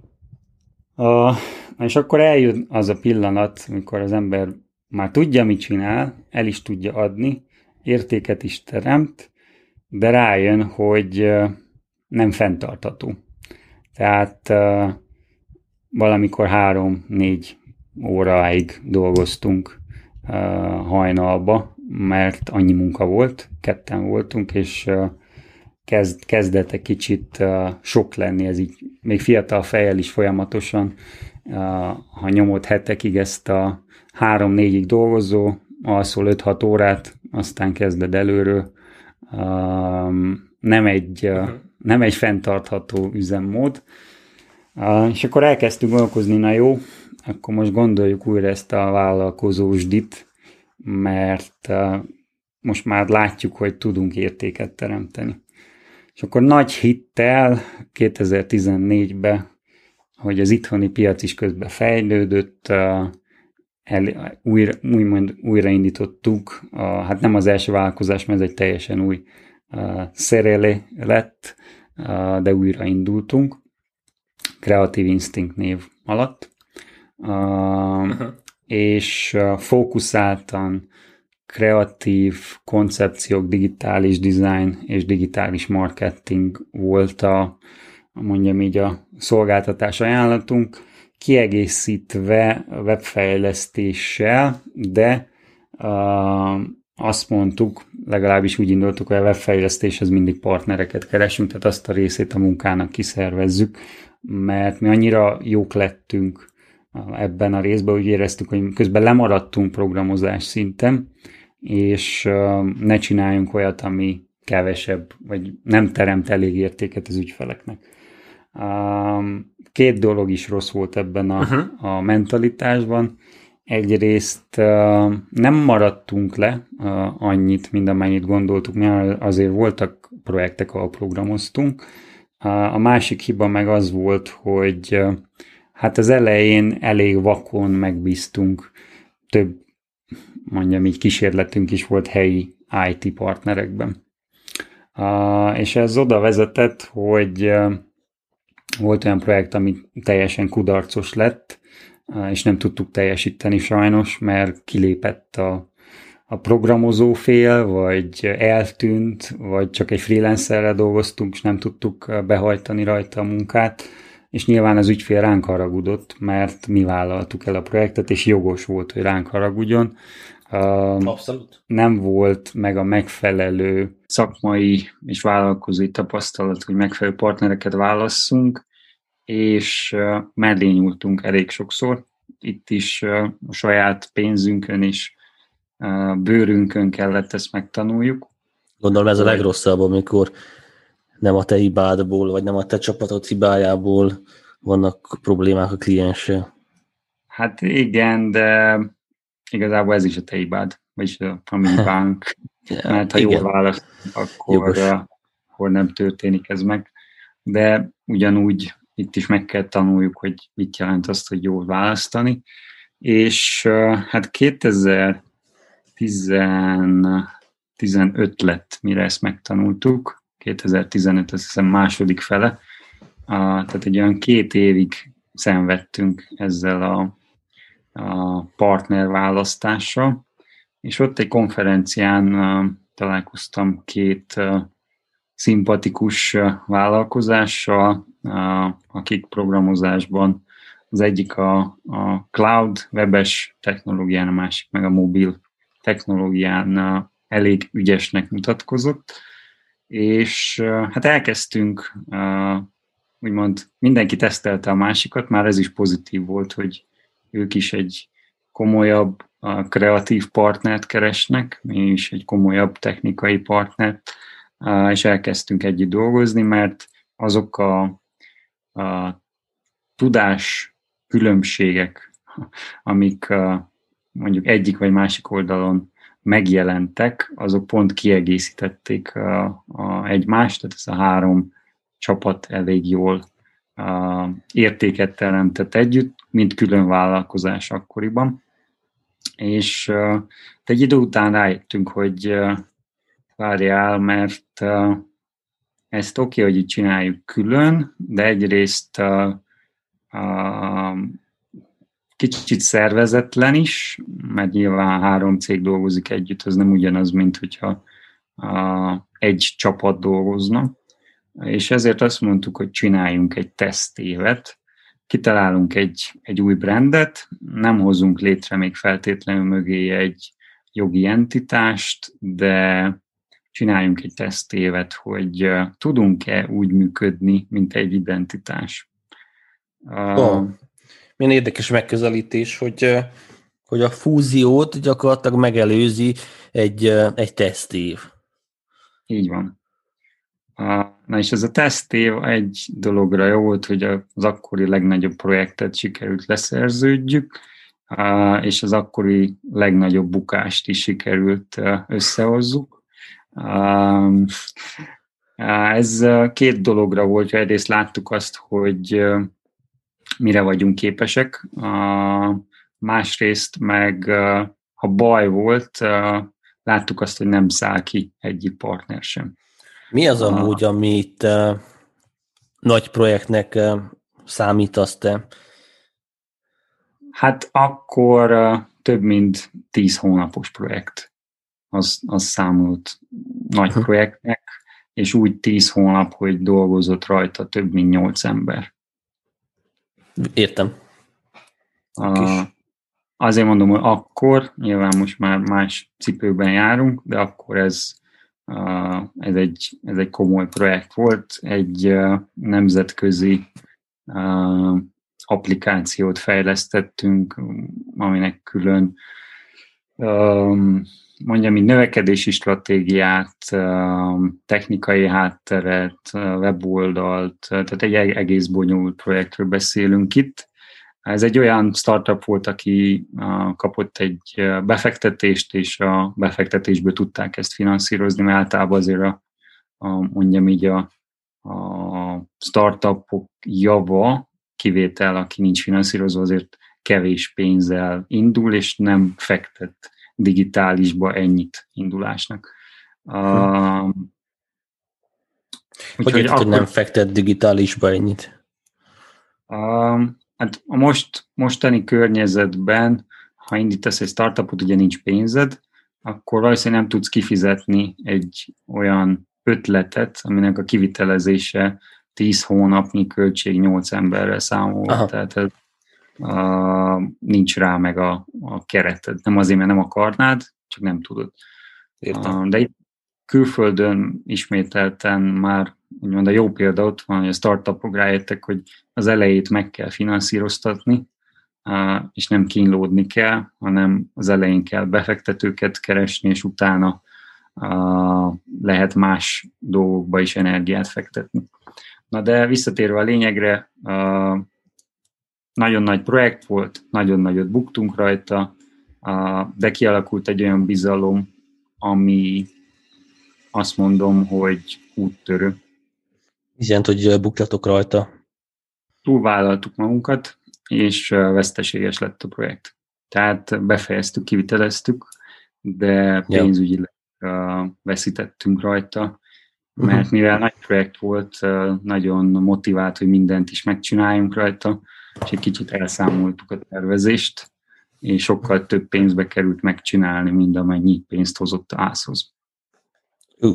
Uh, és akkor eljön az a pillanat, amikor az ember már tudja, mit csinál, el is tudja adni, értéket is teremt, de rájön, hogy uh, nem fenntartható. Tehát uh, valamikor három-négy óráig dolgoztunk uh, hajnalba, mert annyi munka volt, ketten voltunk, és uh, kezd, kezdett egy kicsit uh, sok lenni, ez így még fiatal fejjel is folyamatosan, uh, ha nyomod hetekig ezt a három-négyig dolgozó, alszol öt-hat órát, aztán kezded előről. Uh, nem, egy, uh, nem egy fenntartható üzemmód. Uh, és akkor elkezdtünk gondolkozni, na jó, akkor most gondoljuk újra ezt a vállalkozósdit, mert uh, most már látjuk, hogy tudunk értéket teremteni. És akkor nagy hittel kétezer-tizennégyben, hogy az itthoni piac is közben fejlődött, el, újra, úgymond újraindítottuk, hát nem az első vállalkozás, mert ez egy teljesen új szerelé lett, de újraindultunk, Creative Instinct név alatt, uh-huh. és fókuszáltan kreatív koncepciók, digitális design és digitális marketing volt a, mondjam így, a szolgáltatás ajánlatunk, kiegészítve a webfejlesztéssel, de uh, azt mondtuk, legalábbis úgy indultuk, hogy a webfejlesztéshez mindig partnereket keresünk, tehát azt a részét a munkának kiszervezzük, mert mi annyira jók lettünk ebben a részben, úgy éreztük, hogy közben lemaradtunk programozás szinten, és uh, ne csináljunk olyat, ami kevesebb, vagy nem teremt elég értéket az ügyfeleknek. Uh, két dolog is rossz volt ebben a, uh-huh. a mentalitásban. egyrészt nem maradtunk le annyit, mint amennyit gondoltuk, mert azért voltak projektek, ahol programoztunk. A másik hiba meg az volt, hogy hát az elején elég vakon megbíztunk, több, mondjam így, kísérletünk is volt helyi i té partnerekben. És ez oda vezetett, hogy volt olyan projekt, ami teljesen kudarcos lett, és nem tudtuk teljesíteni sajnos, mert kilépett a, a programozó fél, vagy eltűnt, vagy csak egy freelancerrel dolgoztunk, és nem tudtuk behajtani rajta a munkát, és nyilván az ügyfél ránk haragudott, mert mi vállaltuk el a projektet, és jogos volt, hogy ránk haragudjon. Abszolút. Nem volt meg a megfelelő szakmai és vállalkozói tapasztalat, hogy megfelelő partnereket válasszunk, és mellé nyúltunk elég sokszor. Itt is a saját pénzünkön és bőrünkön kellett ezt megtanuljuk. Gondolom ez a legrosszabb, amikor nem a te hibádból, vagy nem a te csapatod hibájából vannak problémák a klienssel. Hát igen, de igazából ez is a te hibád, vagyis a mi hibánk. Mert ha igen. Jól választunk, akkor, akkor nem történik ez meg. De ugyanúgy itt is meg kell tanuljuk, hogy mit jelent azt, hogy jól választani. És hát kétezer-tizenöt lett, mire ezt megtanultuk. kétezer-tizenöt, azt hiszem második fele. Tehát egy olyan két évig szenvedtünk ezzel a, a partnerválasztással. És ott egy konferencián találkoztam két szimpatikus vállalkozással, akik programozásban az egyik a, a cloud webes technológián, a másik meg a mobil technológián elég ügyesnek mutatkozott, és hát elkezdtünk, úgymond mindenki tesztelte a másikat, már ez is pozitív volt, hogy ők is egy komolyabb, kreatív partnert keresnek, mi is egy komolyabb technikai partnert, és elkezdtünk együtt dolgozni, mert azok a, a tudás különbségek, amik a, mondjuk egyik vagy másik oldalon megjelentek, azok pont kiegészítették a, a egymást, tehát ez a három csapat elég jól a, értéket teremtett együtt, mint külön vállalkozás akkoriban. És uh, egy idő után rájöttünk, hogy uh, várjál, mert uh, ezt oké, okay, hogy így csináljuk külön, de egyrészt uh, uh, kicsit szervezetlen is, mert nyilván három cég dolgozik együtt, az nem ugyanaz, mint hogyha uh, egy csapat dolgozna. És ezért azt mondtuk, hogy csináljunk egy tesztévet, kitalálunk egy, egy új brandet, nem hozunk létre még feltétlenül mögé egy jogi entitást, de csináljunk egy tesztévet, hogy uh, tudunk-e úgy működni, mint egy identitás. Uh, oh, milyen érdekes megközelítés, hogy, hogy a fúziót gyakorlatilag megelőzi egy, egy tesztév. Így van. Uh, na és ez a tesztév egy dologra jó volt, hogy az akkori legnagyobb projektet sikerült leszerződjük, uh, és az akkori legnagyobb bukást is sikerült uh, összehozzuk. Uh, ez két dologra volt, hogy egyrészt láttuk azt, hogy uh, mire vagyunk képesek, uh, másrészt meg uh, ha baj volt, uh, láttuk azt, hogy nem száll ki egyik partner sem. Mi az amúgy, amit uh, nagy projektnek uh, számítasz te? Hát akkor uh, több mint tíz hónapos projekt. Az, az számolt nagy projektnek, és úgy tíz hónap, hogy dolgozott rajta több mint nyolc ember. Értem. Uh, azért mondom, hogy akkor, nyilván most már más cipőben járunk, de akkor ez Uh, ez, egy, ez egy komoly projekt volt, egy uh, nemzetközi uh, applikációt fejlesztettünk, aminek külön um, mondjam, így növekedési stratégiát, uh, technikai hátteret, uh, weboldalt, uh, tehát egy egész bonyolult projektről beszélünk itt, Ez egy olyan startup volt, aki kapott egy befektetést, és a befektetésből tudták ezt finanszírozni, mert általában azért a, a mondjam így a, a startupok java, kivétel, aki nincs finanszírozva, azért kevés pénzzel indul, és nem fektet digitálisba ennyit indulásnak. Hm. Uh, hogy érted, akkor, hogy nem fektet digitálisba ennyit? Uh, hát a most, mostani környezetben, ha indítasz egy startupot, ugye nincs pénzed, akkor valószínűleg nem tudsz kifizetni egy olyan ötletet, aminek a kivitelezése tíz hónapnyi költség nyolc emberrel számol. Aha. Tehát ez, uh, nincs rá meg a, a kereted. Nem azért, mert nem akarnád, csak nem tudod. Uh, de itt külföldön ismételten már úgymond a jó példa ott van, hogy a startupok rájöttek, hogy az elejét meg kell finanszíroztatni, és nem kínlódni kell, hanem az elején kell befektetőket keresni, és utána lehet más dolgokba is energiát fektetni. Na de visszatérve a lényegre, nagyon nagy projekt volt, nagyon nagyot buktunk rajta, de kialakult egy olyan bizalom, ami azt mondom, hogy úttörő. Hiszen, hogy buktatok rajta. Túlvállaltuk magunkat, és veszteséges lett a projekt. Tehát befejeztük, kiviteleztük, de pénzügyileg ja. veszítettünk rajta, mert mivel nagy projekt volt, nagyon motivált, hogy mindent is megcsináljunk rajta, és egy kicsit elszámoltuk a tervezést, és sokkal több pénzbe került megcsinálni, mint amennyi pénzt hozott a házhoz. Uh.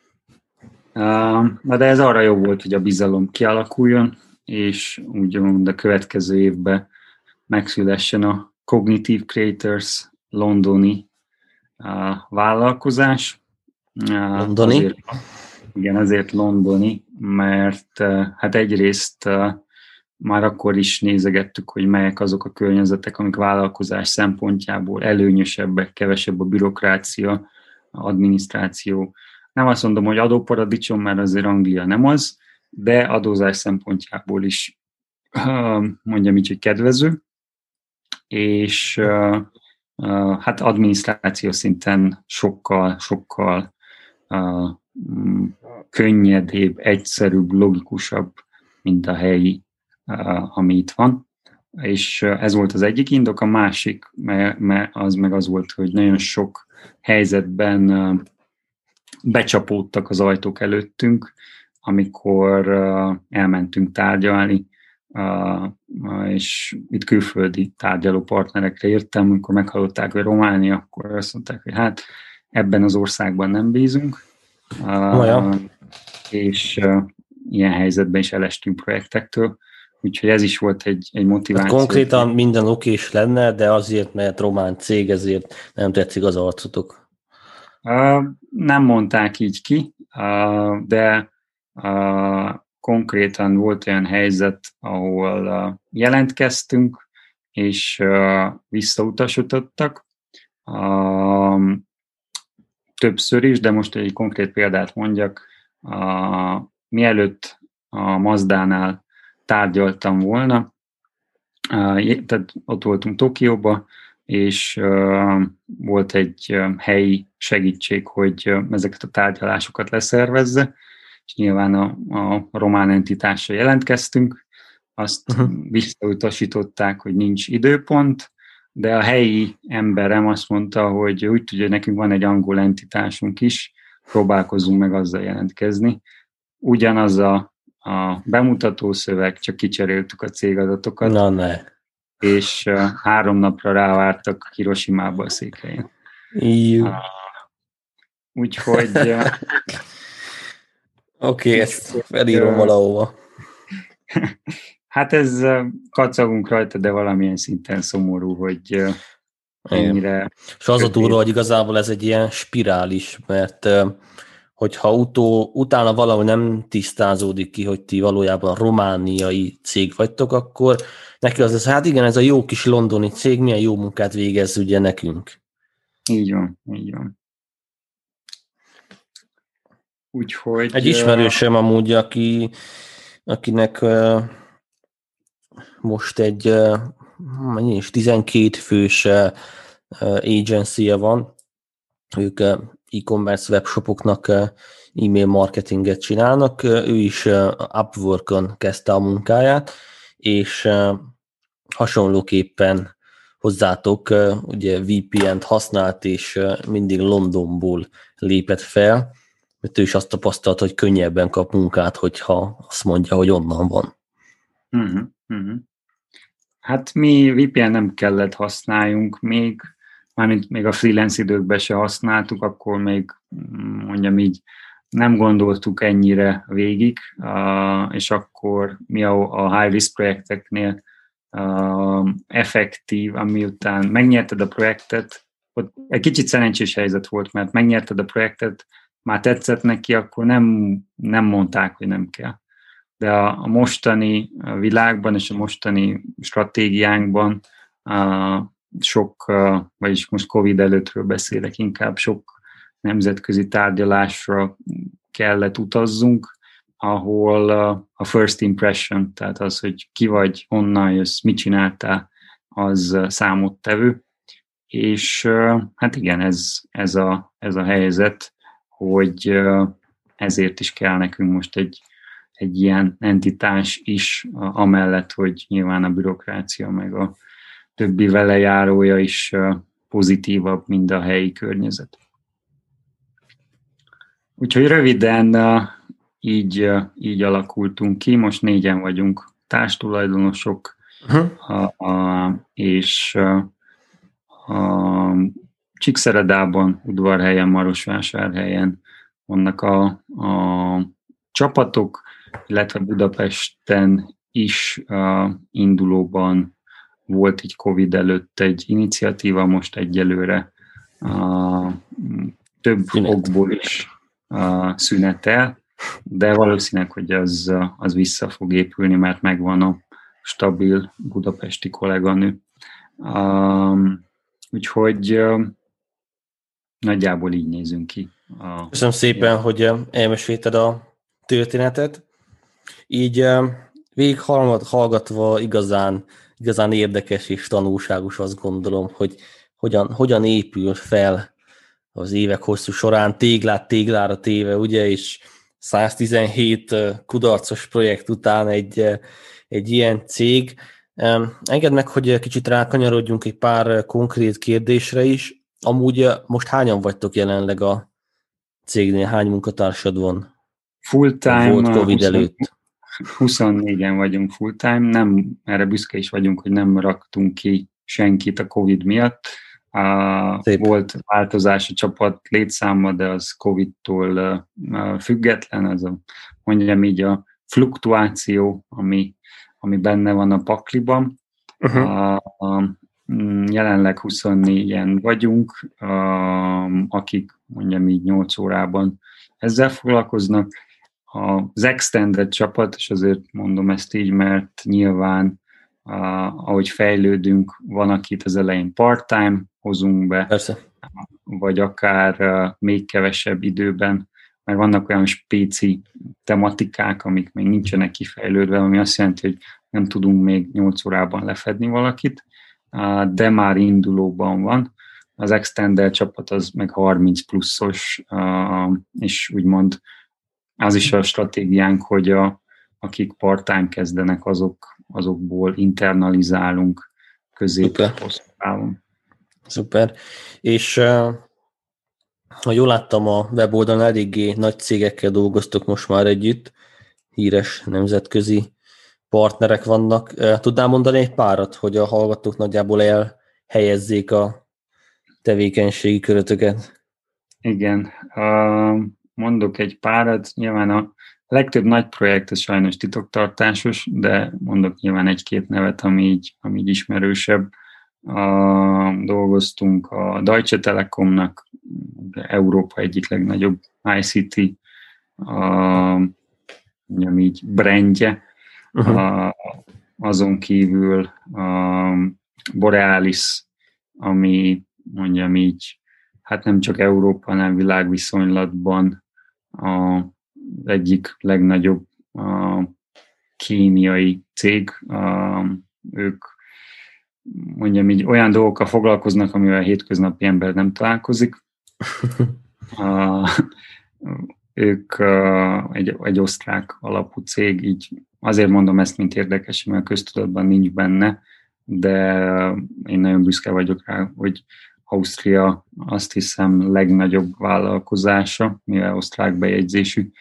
Na de ez arra jó volt, hogy a bizalom kialakuljon, és úgymond a következő évben megszülessen a Cognitive Creators londoni uh, vállalkozás. Uh, londoni? Azért, igen, azért londoni, mert uh, hát egyrészt uh, már akkor is nézegettük, hogy melyek azok a környezetek, amik vállalkozás szempontjából előnyösebbek, kevesebb a bürokrácia, adminisztráció. Nem azt mondom, hogy adóparadicsom, mert azért Anglia nem az, de adózás szempontjából is mondjam így, hogy kedvező, és hát adminisztráció szinten sokkal, sokkal könnyedébb, egyszerűbb, logikusabb, mint a helyi, ami itt van. És ez volt az egyik indok, a másik, mert az meg az volt, hogy nagyon sok helyzetben becsapódtak az ajtók előttünk, amikor uh, elmentünk tárgyalni, uh, uh, és itt külföldi tárgyaló partnerekre értem, amikor meghallották, hogy Románia, akkor azt mondták, hogy hát ebben az országban nem bízunk, uh, és uh, ilyen helyzetben is elestünk projektektől, úgyhogy ez is volt egy, egy motiváció. Hát konkrétan minden okés lenne, de azért, mert román cég, ezért nem tetszik az arcotok. Uh, nem mondták így ki, uh, de uh, konkrétan volt olyan helyzet, ahol uh, jelentkeztünk, és uh, visszautasítottak. Uh, többször is, de most egy konkrét példát mondjak. Uh, mielőtt a Mazdánál tárgyaltam volna, uh, tehát ott voltunk Tokióba, és uh, volt egy uh, helyi segítség, hogy uh, ezeket a tárgyalásokat leszervezze, és nyilván a, a román entitásra jelentkeztünk, azt uh-huh. visszautasították, hogy nincs időpont, de a helyi emberem azt mondta, hogy úgy tudja, hogy nekünk van egy angol entitásunk is, próbálkozzunk meg azzal jelentkezni. Ugyanaz a, a bemutató szöveg, csak kicseréltük a cégadatokat. Na ne. És uh, három napra rávártak Hiroshimába a székhelyen. Uh, úgyhogy... Uh, Oké, okay, ezt felírom uh, valahova. Hát ez uh, kacagunk rajta, de valamilyen szinten szomorú, hogy uh, ennyire... És az a durva, hogy igazából ez egy ilyen spirális, mert uh, hogyha utó, utána valahogy nem tisztázódik ki, hogy ti valójában romániai cég vagytok, akkor neki az lesz, hát igen, ez a jó kis londoni cég, milyen jó munkát végez ugye nekünk. Így van, így van. Úgyhogy... Egy ismerősöm amúgy, aki, akinek most egy mennyi is, tizenkét fős agency-je van. Ők e-commerce webshopoknak e-mail marketinget csinálnak. Ő is Upworkon kezdte a munkáját, és hasonlóképpen hozzátok ugye vé pé en-t használt, és mindig Londonból lépett fel, mert ő is azt tapasztalt, hogy könnyebben kap munkát, hogyha azt mondja, hogy onnan van. Uh-huh, uh-huh. Hát mi vé pé en nem kellett használjunk még, mármint még a freelance időkben se használtuk, akkor még mondjam így, nem gondoltuk ennyire végig, és akkor mi a high risk projekteknél effektív, ami után megnyerted a projektet, ott egy kicsit szerencsés helyzet volt, mert megnyerted a projektet, már tetszett neki, akkor nem, nem mondták, hogy nem kell. De a, a mostani világban és a mostani stratégiánkban uh, sok, uh, vagyis most Covid előttről beszélek, inkább sok nemzetközi tárgyalásra kellett utazzunk, ahol uh, a first impression, tehát az, hogy ki vagy, honnan jössz, mit csináltál, az uh, számottevő. És uh, hát igen, ez, ez, a, ez a helyzet, hogy uh, ezért is kell nekünk most egy egy ilyen entitás is, amellett, hogy nyilván a bürokrácia meg a többi vele járója is pozitívabb, mint a helyi környezet. Úgyhogy röviden így, így alakultunk ki, most négyen vagyunk társtulajdonosok, uh-huh. és a Csíkszeredában, Udvarhelyen, Marosvásárhelyen vannak a, a csapatok, illetve Budapesten is uh, indulóban volt így Covid előtt egy iniciatíva, most egyelőre uh, több Szünet. okból is uh, szünetel, de valószínűleg, hogy az, az vissza fog épülni, mert megvan a stabil budapesti kolléganő. Uh, úgyhogy uh, nagyjából így nézünk ki. Uh, Köszönöm szépen, ja. hogy elmesélted a történetet. Így végig hallgatva igazán, igazán érdekes és tanulságos, azt gondolom, hogy hogyan, hogyan épül fel az évek hosszú során téglát téglára téve, ugye, és száztizenhét kudarcos projekt után egy, egy ilyen cég. Engedd meg, hogy kicsit rákanyarodjunk egy pár konkrét kérdésre is. Amúgy most hányan vagytok jelenleg a cégnél? Hány munkatársad van? Full-time, volt Covid előtt. huszonnégyen vagyunk full-time, nem, erre büszke is vagyunk, hogy nem raktunk ki senkit a Covid miatt. Uh, volt változás a csapat létszáma, de az Covid-tól uh, független, az a, mondjam így a fluktuáció, ami, ami benne van a pakliban. Uh-huh. Uh, uh, jelenleg huszonnégyen vagyunk, uh, akik mondjam így nyolc órában ezzel foglalkoznak. Az extended csapat, és azért mondom ezt így, mert nyilván uh, ahogy fejlődünk, van, akit az elején part-time hozunk be, Persze. vagy akár uh, még kevesebb időben, mert vannak olyan spéci tematikák, amik még nincsenek kifejlődve, ami azt jelenti, hogy nem tudunk még nyolc órában lefedni valakit, uh, de már indulóban van. Az extended csapat az meg harminc pluszos, uh, és úgymond az is a stratégiánk, hogy a, akik part-time kezdenek, azok, azokból internalizálunk közép-hosszú távon. Szuper. És uh, ha jól láttam, a weboldalon eléggé nagy cégekkel dolgoztok most már együtt, híres nemzetközi partnerek vannak. Uh, tudnál mondani egy párat, hogy a hallgatók nagyjából elhelyezzék a tevékenységi körötöket? Igen. Uh... Mondok egy párat, nyilván a legtöbb nagy projekt az sajnos titoktartásos, de mondok nyilván egy-két nevet, ami így, ami így ismerősebb. Uh, dolgoztunk a Deutsche Telekomnak, Európa egyik legnagyobb I C T, uh, mondjam így, brandje. Uh-huh. Uh, azon kívül uh, Borealis, ami mondjam így, hát nem csak Európa, hanem világviszonylatban az egyik legnagyobb a kémiai cég, a ők mondjam így olyan dolgokkal foglalkoznak, amivel a hétköznapi ember nem találkozik. uh, ők uh, egy, egy osztrák alapú cég, így azért mondom ezt, mint érdekes, mert a köztudatban nincs benne, de én nagyon büszke vagyok rá, hogy Ausztria azt hiszem legnagyobb vállalkozása, mivel osztrák bejegyzésű,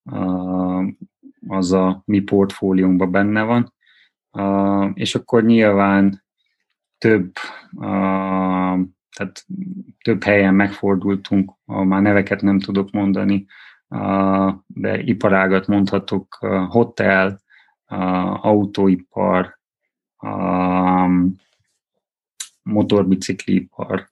az a mi portfóliónkban benne van. És akkor nyilván több, tehát több helyen megfordultunk, már neveket nem tudok mondani, de iparágat mondhatok, hotel, autóipar, motorbiciklipar,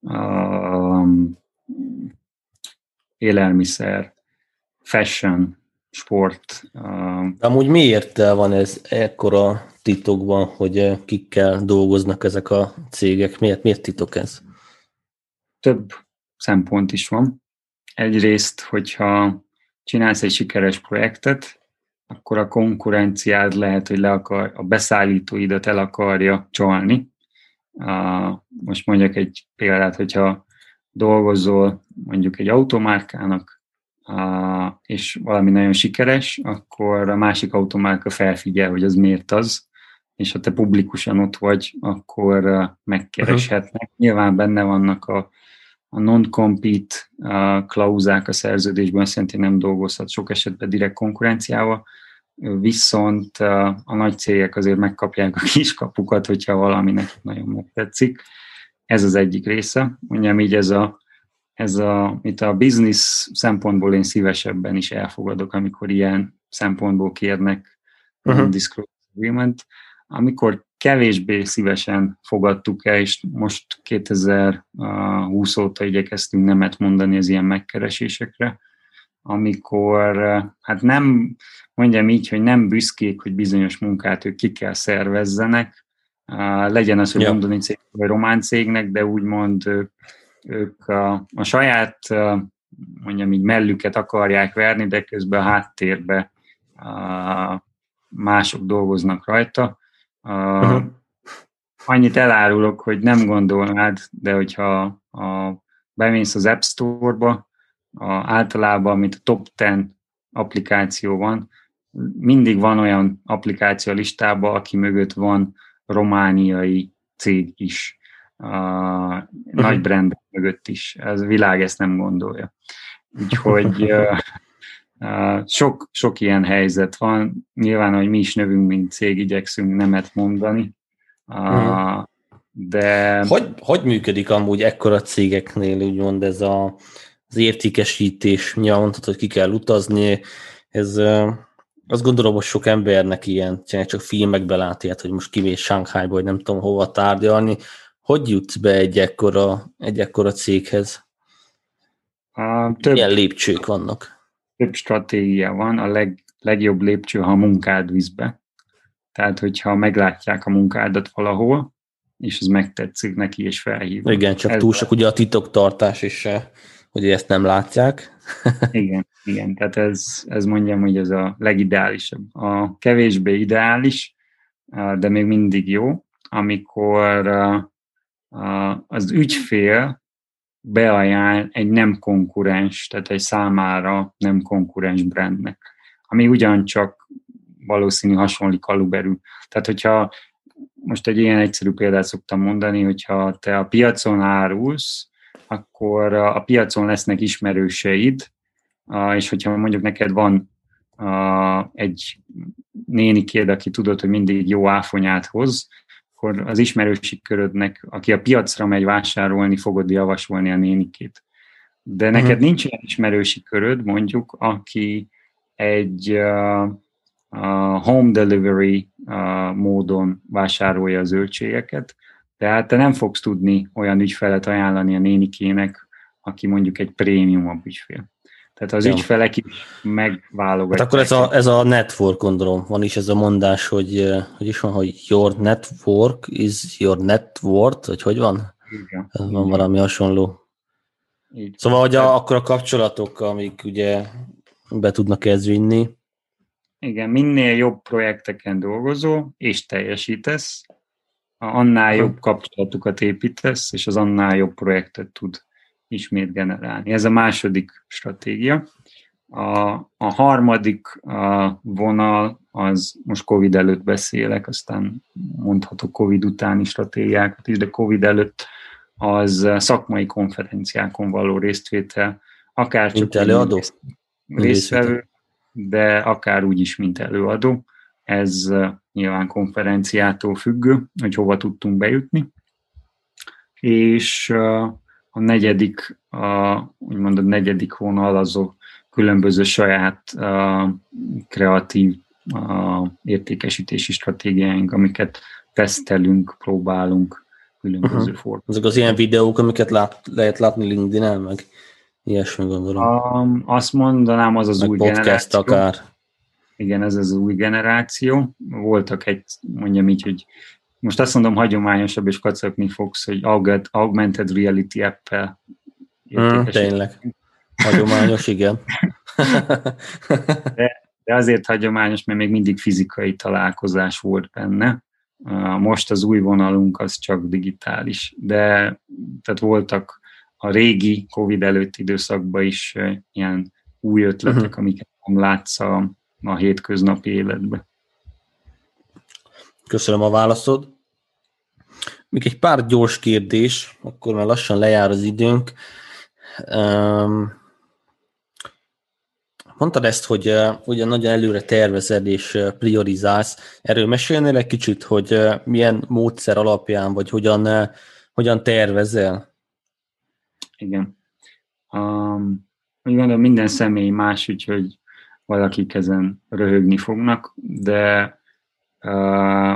élelmiszer, fashion, sport. De amúgy miért van ez ekkora titokban, hogy kikkel dolgoznak ezek a cégek? Miért, miért titok ez? Több szempont is van. Egyrészt, hogyha csinálsz egy sikeres projektet, akkor a konkurenciád lehet, hogy le akar, a beszállítóidat el akarja csalni. Most mondjak egy példát, hogyha dolgozol mondjuk egy automárkának, és valami nagyon sikeres, akkor a másik automárka felfigyel, hogy az miért az, és ha te publikusan ott vagy, akkor megkereshetnek. Uh-huh. Nyilván benne vannak a, a non-compete klauzák a szerződésben, azt jelenti, nem dolgozhat sok esetben direkt konkurenciával, viszont a nagy cégek azért megkapják a kiskapukat, hogyha valaminek nagyon megtetszik. Ez az egyik része. Mondjam így, ez a, ez a, itt a business szempontból én szívesebben is elfogadok, amikor ilyen szempontból kérnek uh-huh. disclosure agreement. Amikor kevésbé szívesen fogadtuk el, és most kétezer-húsz óta igyekeztünk nemet mondani az ilyen megkeresésekre, amikor hát nem, mondjam így, hogy nem büszkék, hogy bizonyos munkát ők ki kell szervezzenek, legyen az, hogy ja. londoni cég vagy román cégnek, de úgymond ők, ők a, a saját, mondjam így, mellüket akarják verni, de közben a háttérben mások dolgoznak rajta. Uh-huh. Annyit elárulok, hogy nem gondolnád, de hogyha a, bemész az App Store-ba, a, általában, mint a top tíz applikáció van, mindig van olyan applikáció a listában, aki mögött van romániai cég is, a, uh-huh. nagy brandek mögött is. Ez a világ ezt nem gondolja. Úgyhogy uh, uh, sok, sok ilyen helyzet van. Nyilván, hogy mi is növünk, mint cég, igyekszünk nemet mondani, uh, de... Hogy, hogy működik amúgy ekkora cégeknél, úgymond ez a az értékesítés, nyilván mondhatod, hogy ki kell utazni, ez azt gondolom, hogy sok embernek ilyen, csak filmekben látja, hogy most kimész Shanghaiba, vagy nem tudom hova tárgyalni. Hogy jutsz be egy ekkora, egy ekkora céghez? A több, Milyen lépcsők vannak? Több stratégia van, a leg, legjobb lépcső, ha a munkád visz be. Tehát, hogyha meglátják a munkádat valahol, és ez megtetszik neki, és felhív. Igen, csak ez túl sok ugye a titoktartás is, hogy ezt nem látják. igen, igen, tehát ez, ez mondjam, hogy ez a legideálisabb. A kevésbé ideális, de még mindig jó, amikor az ügyfél beajánl egy nem konkurens, tehát egy számára nem konkurens brandnek, ami ugyancsak valószínű hasonló kaliberű. Tehát, hogyha most egy ilyen egyszerű példát szoktam mondani, hogyha te a piacon árulsz, akkor a piacon lesznek ismerőseid, és hogyha mondjuk neked van egy nénikéd, aki tudod, hogy mindig jó áfonyát hoz, akkor az ismerősi körödnek, aki a piacra megy vásárolni, fogod javasolni a nénikét. De neked uh-huh. nincs olyan ismerősi köröd, mondjuk, aki egy uh, uh, home delivery uh, módon vásárolja a zöldségeket, tehát te nem fogsz tudni olyan ügyfelet ajánlani a nénikének, aki mondjuk egy prémiumabb ügyfél. Tehát az ja. ügyfelek is megválogatják. Hát akkor ez a, ez a network, gondolom. Van is ez a mondás, hogy, hogy is van, hogy your network is your net worth, vagy hogy van? Igen. Ez van valami hasonló. Így. Szóval, hogy a, akkor a kapcsolatok, amik ugye be tudnak ezt vinni. Igen, minél jobb projekteken dolgozol, és teljesítesz, annál jobb kapcsolatokat építesz, és az annál jobb projektet tud ismét generálni. Ez a második stratégia. A, a harmadik a vonal, az most Covid előtt beszélek, aztán mondhatok Covid utáni stratégiákat is, de Covid előtt az szakmai konferenciákon való résztvétel, akár csak mint előadó? résztvevő, de akár úgy is, mint előadó. Ez nyilván konferenciától függő, hogy hova tudtunk bejutni. És a negyedik, a, úgymond a negyedik vonal azok különböző saját uh, kreatív uh, értékesítési stratégiáink, amiket tesztelünk, próbálunk különböző uh-huh. formában. Ezek az ilyen videók, amiket lát, lehet látni LinkedIn-en, meg ilyesmi gondolom. Um, azt mondanám, az az meg új generáció. Akár. Igen, ez az új generáció. Voltak egy, mondjam így, hogy most azt mondom hagyományosabb, és kacagni fogsz, hogy augmented reality app-el hmm, tényleg. Hagyományos, igen. de, de azért hagyományos, mert még mindig fizikai találkozás volt benne. Most az új vonalunk az csak digitális, de tehát voltak a régi Covid előtti időszakban is ilyen új ötletek, uh-huh. amiket nem látsz a, a hétköznapi életben. Köszönöm a válaszod. Még egy pár gyors kérdés, akkor már lassan lejár az időnk. Um, mondtad ezt, hogy uh, ugye nagyon előre tervezed és uh, priorizálsz. Erről mesélnél egy kicsit, hogy uh, milyen módszer alapján, vagy hogyan, uh, hogyan tervezel? Igen. Um, úgy gondolom, minden személy más, úgyhogy valakik ezen röhögni fognak, de uh,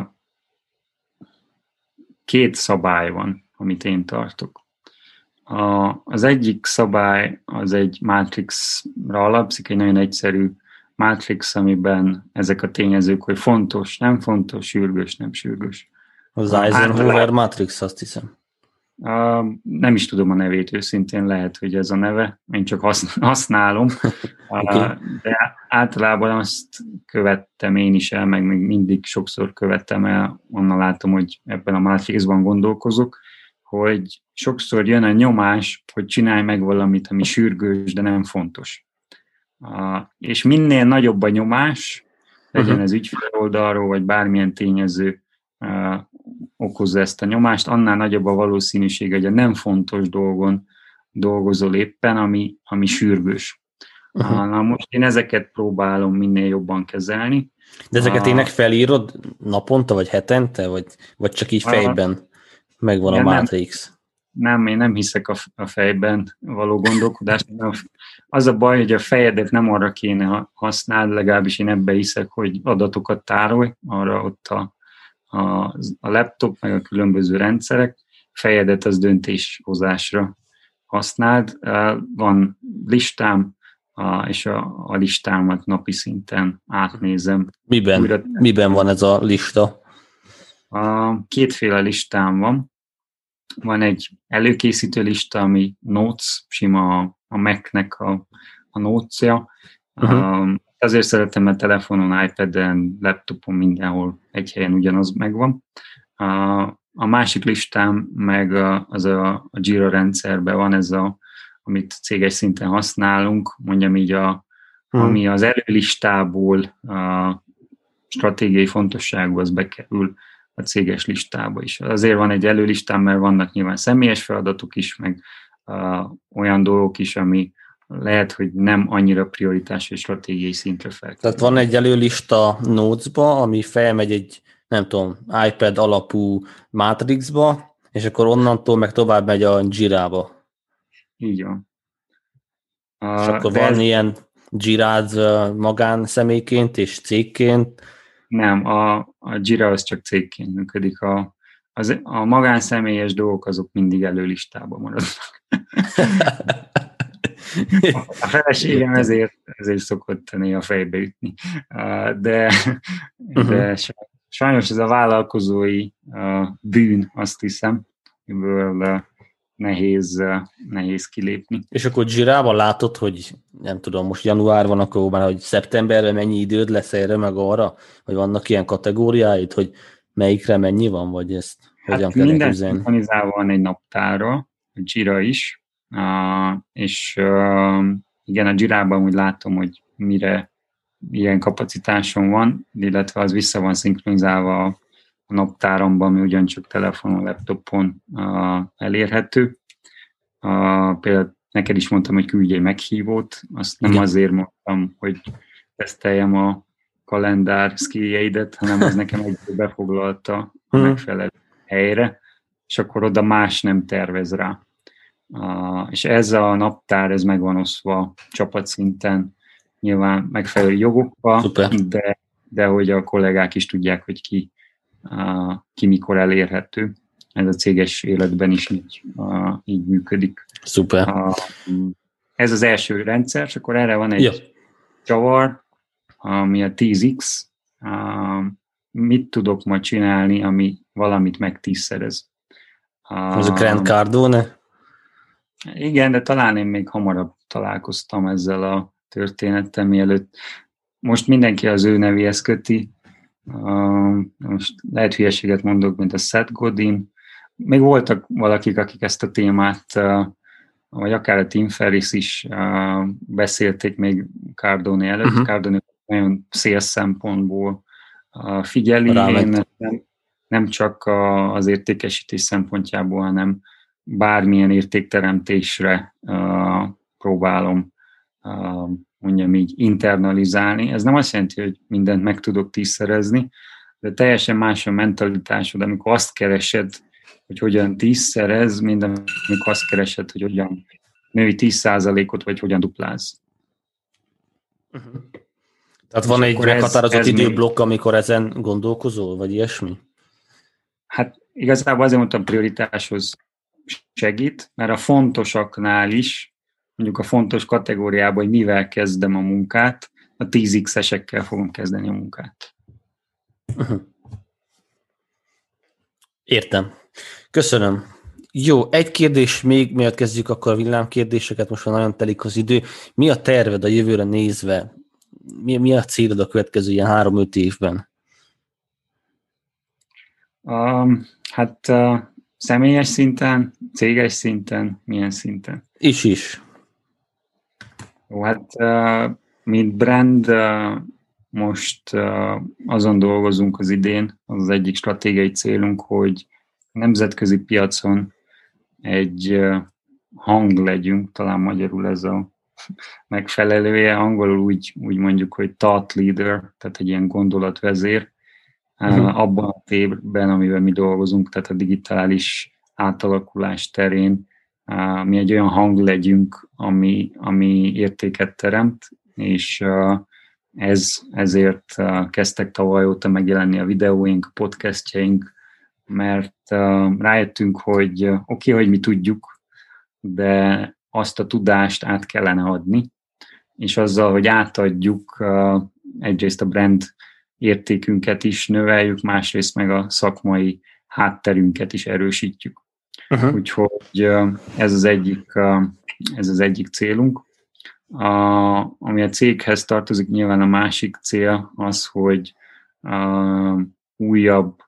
két szabály van, amit én tartok. A, az egyik szabály az egy mátrixra alapszik, egy nagyon egyszerű mátrix, amiben ezek a tényezők, hogy fontos, nem fontos, sürgős, nem sürgős. Az Eisenhower Matrix, azt hiszem. Uh, nem is tudom a nevét őszintén, lehet, hogy ez a neve, én csak használom, okay. uh, de általában azt követtem én is el, meg még mindig sokszor követtem el, onnan látom, hogy ebben a Matrixban gondolkozok, hogy sokszor jön a nyomás, hogy csinálj meg valamit, ami sürgős, de nem fontos. Uh, és minél nagyobb a nyomás, legyen uh-huh. ez ügyfél oldalról, vagy bármilyen tényező uh, okozza ezt a nyomást, annál nagyobb a valószínűség, hogy a nem fontos dolgon dolgozol éppen, ami, ami sürgős. Uh-huh. Na most én ezeket próbálom minél jobban kezelni. De ezeket tényleg felírod naponta, vagy hetente, vagy, vagy csak így fejben megvan a Matrix? Nem, nem, én nem hiszek a, a fejben való gondolkodás. Az a baj, hogy a fejedet nem arra kéne használni, legalábbis én ebbe hiszek, hogy adatokat tárolj, arra ott a A, a laptop, meg a különböző rendszerek, fejedet az döntéshozásra használd. Van listám, és a, a listámat napi szinten átnézem. Miben, Újra, miben van ez a lista? A, kétféle listám van. Van egy előkészítő lista, ami Notes, sima a, a Mac-nek a, a Notes-ja. Uh-huh. Azért szeretem, mert telefonon, iPad-en, laptopon, mindenhol egy helyen ugyanaz megvan. A másik listám meg az a, a Jira rendszerben van, ez a, amit céges szinten használunk, mondjam így, a, hmm. ami az előlistából a stratégiai fontosságú, az bekerül a céges listába is. Azért van egy előlistám, mert vannak nyilván személyes feladatok is, meg uh, olyan dolgok is, ami lehet, hogy nem annyira prioritás és stratégiai szintre fel. Tehát van egy előlista Notes-ba, ami felmegy egy, nem tudom, iPad alapú Matrixba, és akkor onnantól meg tovább megy a Jira-ba. Így van. Uh, és akkor van ez... ilyen Jirád magánszemélyként és cégként? Nem, a, a Jira az csak cégként működik. A, az, a magánszemélyes dolgok azok mindig előlistában maradnak. A feleségem ezért, ezért szokott néha fejbe ütni. De, de sajnos ez a vállalkozói bűn, azt hiszem, ebből nehéz, nehéz kilépni. És akkor Jirában látod, hogy nem tudom, most január van, akkor már, hogy szeptemberben mennyi időd lesz erre meg arra? Vagy vannak ilyen kategóriáid, hogy melyikre mennyi van, vagy ezt hogyan Hát kell minden elképzelni? szinkronizálva van egy naptára, a Jira is, uh, és uh, igen, a Jirában úgy látom, hogy mire ilyen kapacitásom van, illetve az vissza van szinkronizálva a naptáramban, ami ugyancsak telefonon, laptopon uh, elérhető. Uh, például neked is mondtam, hogy küldj egy meghívót, azt nem igen. Azért mondtam, hogy teszteljem a kalendár skilljeidet, hanem az nekem egy befoglalta a megfelelő helyre, és akkor oda más nem tervez rá. Uh, és ez a naptár, ez meg van oszva csapatszinten, nyilván megfelelő jogokkal, de, de hogy a kollégák is tudják, hogy ki, uh, ki mikor elérhető. Ez a céges életben is így, uh, így működik. Szuper. Uh, ez az első rendszer, és akkor erre van egy ja. csavar, ami a tíz x. Uh, mit tudok ma csinálni, ami valamit meg tízszerez. Uh, ez a Grant Cardone? Igen, de talán én még hamarabb találkoztam ezzel a történettel, mielőtt. Most mindenki az ő nevéhez köti. Uh, most lehet hülyeséget mondok, mint a Seth Godin. Még voltak valakik, akik ezt a témát, uh, vagy akár a Tim Ferriss is uh, beszélték még Cardone előtt. Uh-huh. Cardone nagyon széles szempontból uh, figyeli. Én nem, nem csak a, az értékesítés szempontjából, hanem bármilyen értékteremtésre uh, próbálom uh, mondjam így internalizálni. Ez nem azt jelenti, hogy mindent meg tudok tízszerezni, de teljesen más a mentalitásod, amikor azt keresed, hogy hogyan tízszerez, mint amikor azt keresed, hogy hogyan nőj tíz százalékot, vagy hogyan dupláz. Uh-huh. Tehát van egy meghatározott időblokk, amikor ezen gondolkozol, vagy ilyesmi? Hát igazából azért mondtam, prioritáshoz segít, mert a fontosaknál is, mondjuk a fontos kategóriában, hogy mivel kezdem a munkát, a tíz x-esekkel fogom kezdeni a munkát. Uh-huh. Értem. Köszönöm. Jó, egy kérdés még, miatt kezdjük akkor a villámkérdéseket, most már nagyon telik az idő. Mi a terved a jövőre nézve? Mi, mi a célod a következő ilyen három-öt évben? Um, hát uh, személyes szinten, céges szinten, milyen szinten? Is is. Jó, hát uh, mint brand uh, most uh, azon dolgozunk az idén, az az egyik stratégiai célunk, hogy nemzetközi piacon egy uh, hang legyünk, talán magyarul ez a megfelelője, angolul úgy, úgy mondjuk, hogy thought leader, tehát egy ilyen gondolatvezér, uh-huh. uh, abban a térben, amiben mi dolgozunk, tehát a digitális átalakulás terén, uh, mi egy olyan hang legyünk, ami, ami értéket teremt, és uh, ez, ezért uh, kezdtek tavaly óta megjelenni a videóink, a podcastjaink, mert uh, rájöttünk, hogy uh, oké, okay, hogy mi tudjuk, de azt a tudást át kellene adni, és azzal, hogy átadjuk, uh, egyrészt a brand értékünket is növeljük, másrészt meg a szakmai hátterünket is erősítjük. Uh-huh. Úgyhogy uh, ez az egyik, uh, ez az egyik célunk. Uh, ami a céghez tartozik, nyilván a másik cél az, hogy uh, újabb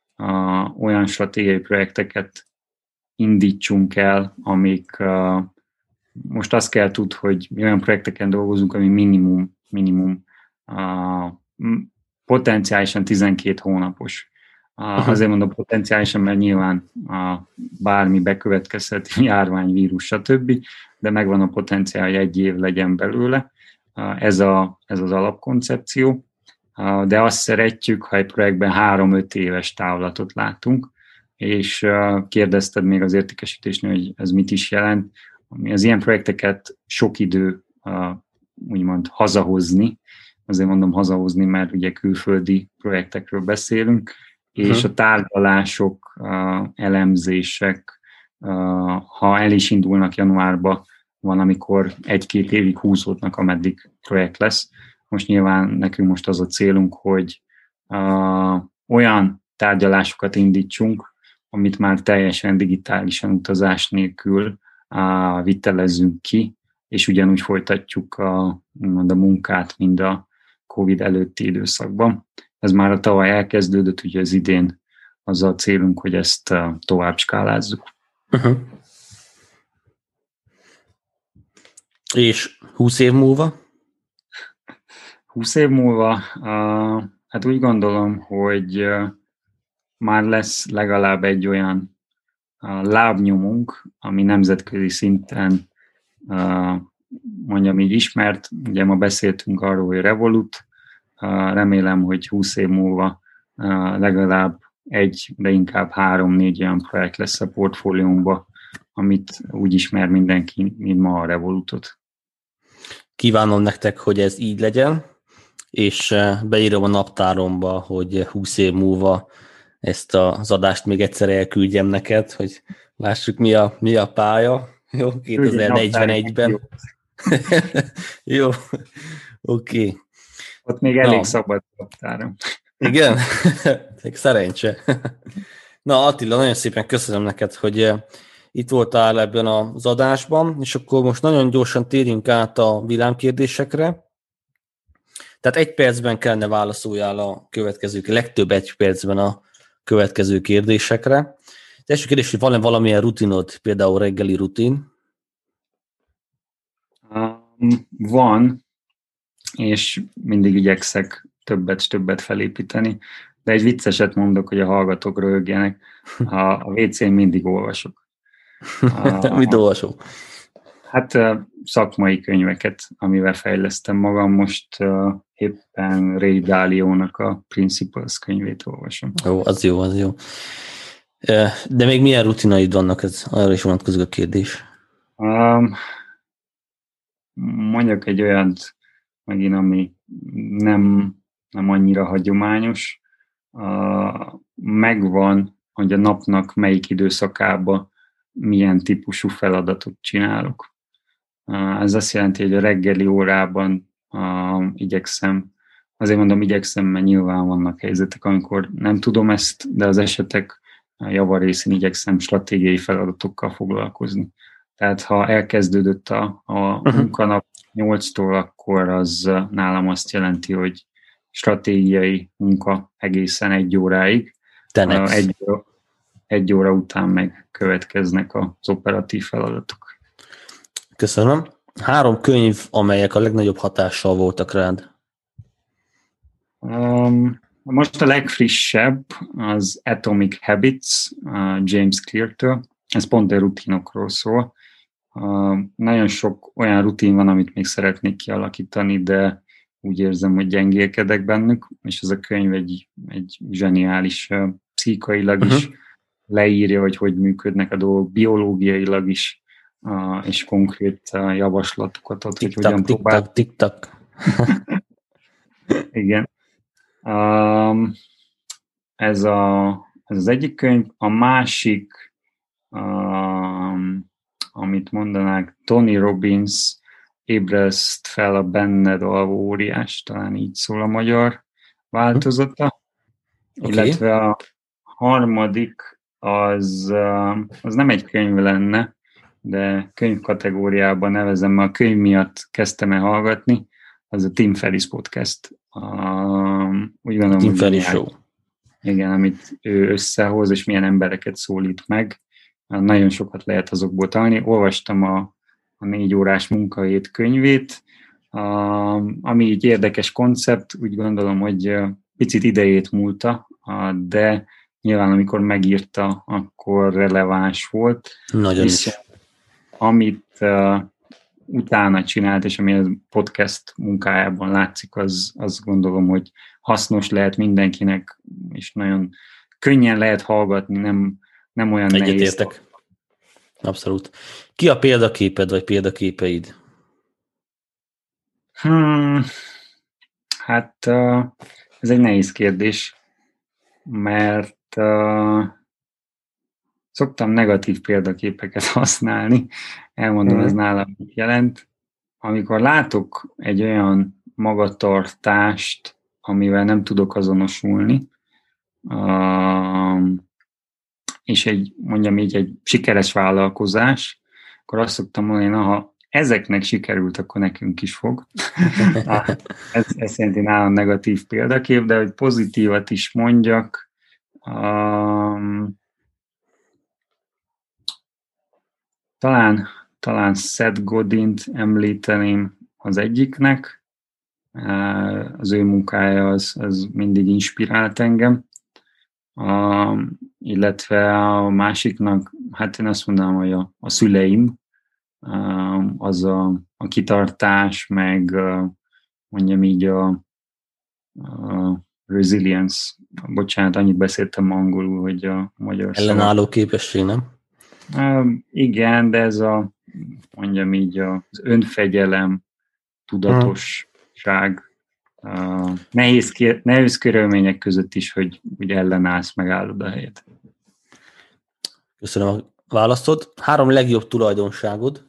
uh, olyan stratégiai projekteket indítsunk el, amik uh, most azt kell tud, hogy mi olyan projekteken dolgozunk, ami minimum, minimum uh, potenciálisan tizenkét hónapos. Uh, azért mondom potenciálisan, mert nyilván uh, bármi bekövetkezhet, járványvírus, stb., de megvan a potenciál, hogy egy év legyen belőle. Uh, ez, a, ez az alapkoncepció. Uh, de azt szeretjük, ha egy projektben három-öt éves távlatot látunk, és uh, kérdezted még az értékesítésnél, hogy ez mit is jelent. Az ilyen projekteket sok idő uh, úgymond hazahozni, azért mondom hazahozni, mert ugye külföldi projektekről beszélünk, és uh-huh. a tárgyalások, uh, elemzések, uh, ha el is indulnak januárba, van, amikor egy-két évig húzódnak, ameddig projekt lesz. Most nyilván nekünk most az a célunk, hogy uh, olyan tárgyalásokat indítsunk, amit már teljesen digitálisan utazás nélkül á, vitelezzünk ki, és ugyanúgy folytatjuk a, a munkát, mint a Covid előtti időszakban. Ez már a tavaly elkezdődött, ugye az idén az a célunk, hogy ezt tovább skálázzuk. Uh-huh. És húsz év múlva? húsz év múlva, uh, hát úgy gondolom, hogy uh, már lesz legalább egy olyan uh, lábnyomunk, ami nemzetközi szinten uh, mondjam így ismert. Ugye ma beszéltünk arról, hogy Revolut. Uh, remélem, hogy húsz év múlva uh, legalább egy, de inkább három-négy olyan projekt lesz a portfóliónkban, amit úgy ismer mindenki, mint ma a Revolutot. Kívánom nektek, hogy ez így legyen, és beírom a naptáromba, hogy húsz év múlva ezt az adást még egyszer elküldjem neked, hogy lássuk, mi a, mi a pálya. Jó, kétezer-negyvenegyben. Jó, oké. Okay. Ott még elég Na. szabad naptárom. Igen? Szerencse. Na Attila, nagyon szépen köszönöm neked, hogy itt voltál ebben az adásban, és akkor most nagyon gyorsan térjünk át a villámkérdésekre. Tehát egy percben kellene válaszoljál a következő, legtöbb egy percben a következő kérdésekre. Az első kérdés, hogy van-e valamilyen rutinod, például reggeli rutin? Um, van, és mindig igyekszek többet többet felépíteni, de egy vicceset mondok, hogy a hallgatók röhögjenek. A, a vé cén mindig olvasok. A, Mit olvasol? Hát szakmai könyveket, amivel fejlesztem magam. Most uh, éppen Ray Dalio-nak a Principles könyvét olvasom. Jó, az jó, az jó. De még milyen rutinaid vannak, ez arra is vonatkozik a kérdés. Um, mondjak egy olyat, megint, ami nem, nem annyira hagyományos. Uh, megvan, hogy a napnak melyik időszakában milyen típusú feladatot csinálok. Uh, ez azt jelenti, hogy a reggeli órában uh, igyekszem, azért mondom igyekszem, mert nyilván vannak helyzetek, amikor nem tudom ezt, de az esetek javarészén igyekszem stratégiai feladatokkal foglalkozni. Tehát ha elkezdődött a, a munkanap nyolctól, akkor az nálam azt jelenti, hogy stratégiai munka egészen egy óráig. Uh, egy, egy óra után meg következnek az operatív feladatok. Köszönöm. Három könyv, amelyek a legnagyobb hatással voltak rád? Um, most a legfrissebb az Atomic Habits, uh, James Clear-től. Ez pont a rutinokról szól. Uh, nagyon sok olyan rutin van, amit még szeretnék kialakítani, de úgy érzem, hogy gyengélkedek bennük, és ez a könyv egy, egy zseniális, uh, pszichailag is uh-huh. leírja, hogy hogy működnek a dolgok, biológiailag is, uh, és konkrét uh, javaslatokat ad, hogy hogyan próbál. Tik-tak, Igen. Um, ez, a, ez az egyik könyv. A másik, um, amit mondanák, Tony Robbins, Ébreszt fel a benned alvó óriás, talán így szól a magyar változata. Okay. Illetve a harmadik, az, az nem egy könyv lenne, de könyv kategóriában nevezem, mert a könyv miatt kezdtem el hallgatni, az a Tim Ferriss podcast. Um, úgy gondolom, Tim Ferriss Show. Igen, amit ő összehoz, és milyen embereket szólít meg. Nagyon sokat lehet azokból tanulni. Olvastam a, a négy órás munkahét könyvét, um, ami így érdekes koncept, úgy gondolom, hogy picit idejét múlta, de nyilván amikor megírta, akkor releváns volt. Nagyon is. Amit uh, utána csinált, és ami a podcast munkájában látszik, az azt gondolom, hogy hasznos lehet mindenkinek, és nagyon könnyen lehet hallgatni, nem, nem olyan nehéz. Egyetértek. Abszolút. Ki a példaképed, vagy példaképeid? Hmm, hát uh, ez egy nehéz kérdés, mert uh, szoktam negatív példaképeket használni, elmondom, mm. ez nálam mit jelent. Amikor látok egy olyan magatartást, amivel nem tudok azonosulni, uh, és egy, mondjam így, egy sikeres vállalkozás, akkor azt szoktam mondani, na, ha ezeknek sikerült, akkor nekünk is fog. ez, ez szerintem nálam negatív példakép, de hogy pozitívat is mondjak, um, talán, talán Seth Godint említeném az egyiknek, az ő munkája az, az mindig inspirált engem, uh, illetve a másiknak, hát én azt mondanám, hogy a, a szüleim, uh, az a, a kitartás, meg uh, mondjam így a, a resilience, bocsánat, annyit beszéltem angolul, hogy a magyar ellenálló szavak. Képesség, nem? Uh, igen, de ez a, mondjam így, az önfegyelem, tudatosság, uh, nehéz, nehéz körülmények között is, hogy úgy ellenállsz, megállod a helyet. Köszönöm a választod. Három legjobb tulajdonságod?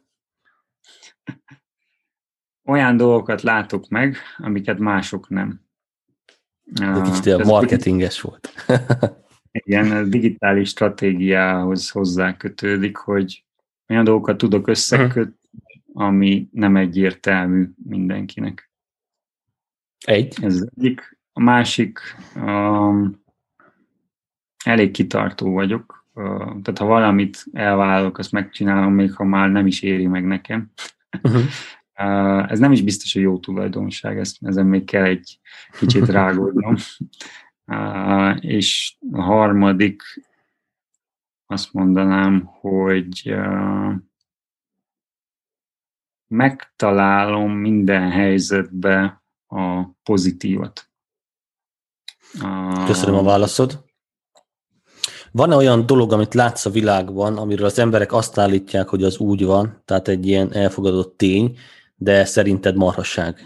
Olyan dolgokat látok meg, amiket mások nem. Uh, kicsit uh, marketinges volt. Igen, a digitális stratégiához hozzákötődik, hogy olyan dolgokat tudok összekötni, ami nem egyértelmű mindenkinek. Egy. Ez az egyik. A másik, um, elég kitartó vagyok. Uh, tehát ha valamit elvállalok, azt megcsinálom, még ha már nem is éri meg nekem. Uh-huh. Uh, ez nem is biztos, hogy jó tulajdonság, ezt, ezen még kell egy kicsit rágódnom. Uh, és a harmadik, azt mondanám, hogy uh, megtalálom minden helyzetbe a pozitívat. Uh, Köszönöm a válaszod. Van-e olyan dolog, amit látsz a világban, amiről az emberek azt állítják, hogy az úgy van, tehát egy ilyen elfogadott tény, de szerinted marhasság?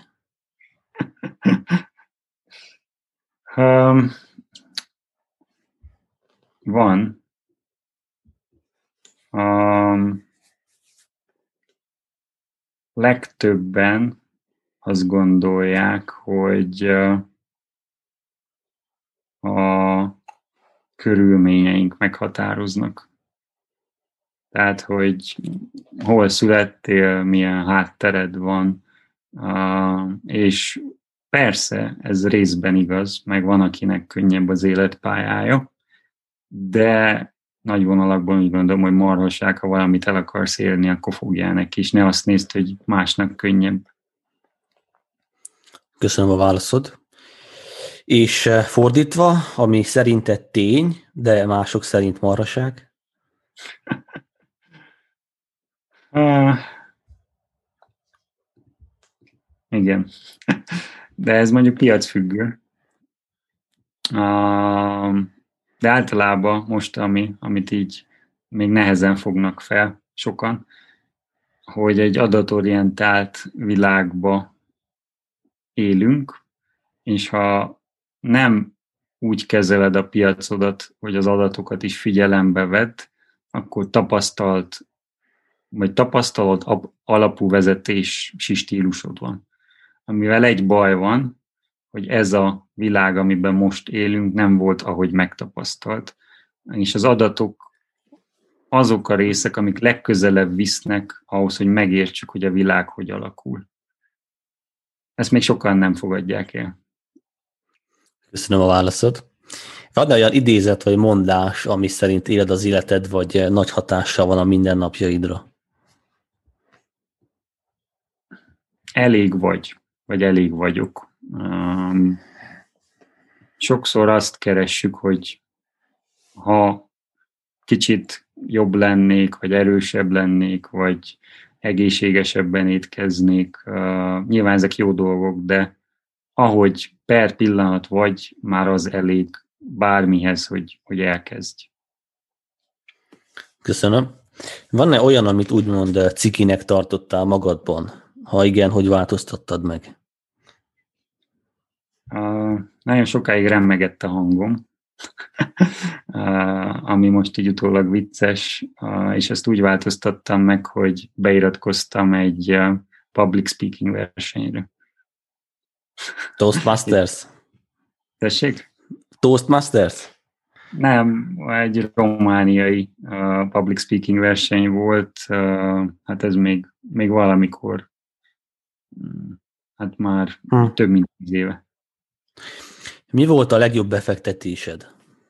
Um, van. Um, legtöbben azt gondolják, hogy uh, a körülményeink meghatároznak. Tehát, hogy hol születtél, milyen háttered van, uh, és persze, ez részben igaz, meg van, akinek könnyebb az életpályája, de nagy vonalakban úgy gondolom, hogy marhaság, ha valamit el akarsz élni, akkor fogjál neki, és ne azt nézd, hogy másnak könnyebb. Köszönöm a válaszod. És fordítva, ami szerinted tény, de mások szerint marhaság? uh, igen. De ez mondjuk piacfüggő. Uh, de általában most, ami, amit így még nehezen fognak fel sokan, hogy egy adatorientált világba élünk, és ha nem úgy kezeled a piacodat, hogy az adatokat is figyelembe vedd, akkor tapasztalt, vagy tapasztalat alapú vezetési stílusod van. Amivel egy baj van, hogy ez a világ, amiben most élünk, nem volt, ahogy megtapasztalt. És az adatok azok a részek, amik legközelebb visznek ahhoz, hogy megértsük, hogy a világ hogy alakul. Ezt még sokan nem fogadják el. Köszönöm a válaszod. Van olyan idézet vagy mondás, ami szerint éled az életed, vagy nagy hatással van a mindennapjaidra? Elég vagy, vagy elég vagyok. Um, sokszor azt keressük, hogy ha kicsit jobb lennék, vagy erősebb lennék, vagy egészségesebben étkeznék, uh, nyilván ezek jó dolgok, de ahogy per pillanat vagy, már az elég bármihez, hogy, hogy elkezdj. Köszönöm. Van-e olyan, amit úgymond cikinek tartottál magadban? Ha igen, hogy változtattad meg? Uh, nagyon sokáig remmegett a hangom, uh, ami most így utólag vicces, uh, és ezt úgy változtattam meg, hogy beiratkoztam egy uh, public speaking versenyre. Toastmasters? Tessék? Toastmasters? Nem, egy romániai uh, public speaking verseny volt, uh, hát ez még, még valamikor, hát már hm. több mint tíz éve. Mi volt a legjobb befektetésed?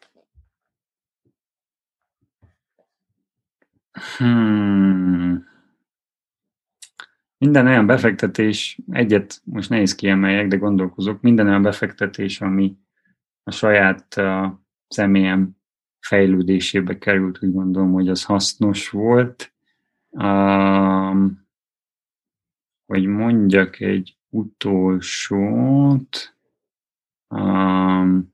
Hmm. Minden olyan befektetés, egyet most nehéz kiemeljek, de gondolkozok, minden olyan befektetés, ami a saját uh, személyem fejlődésébe került, úgy gondolom, hogy az hasznos volt. Um, hogy mondjak egy utolsót, um,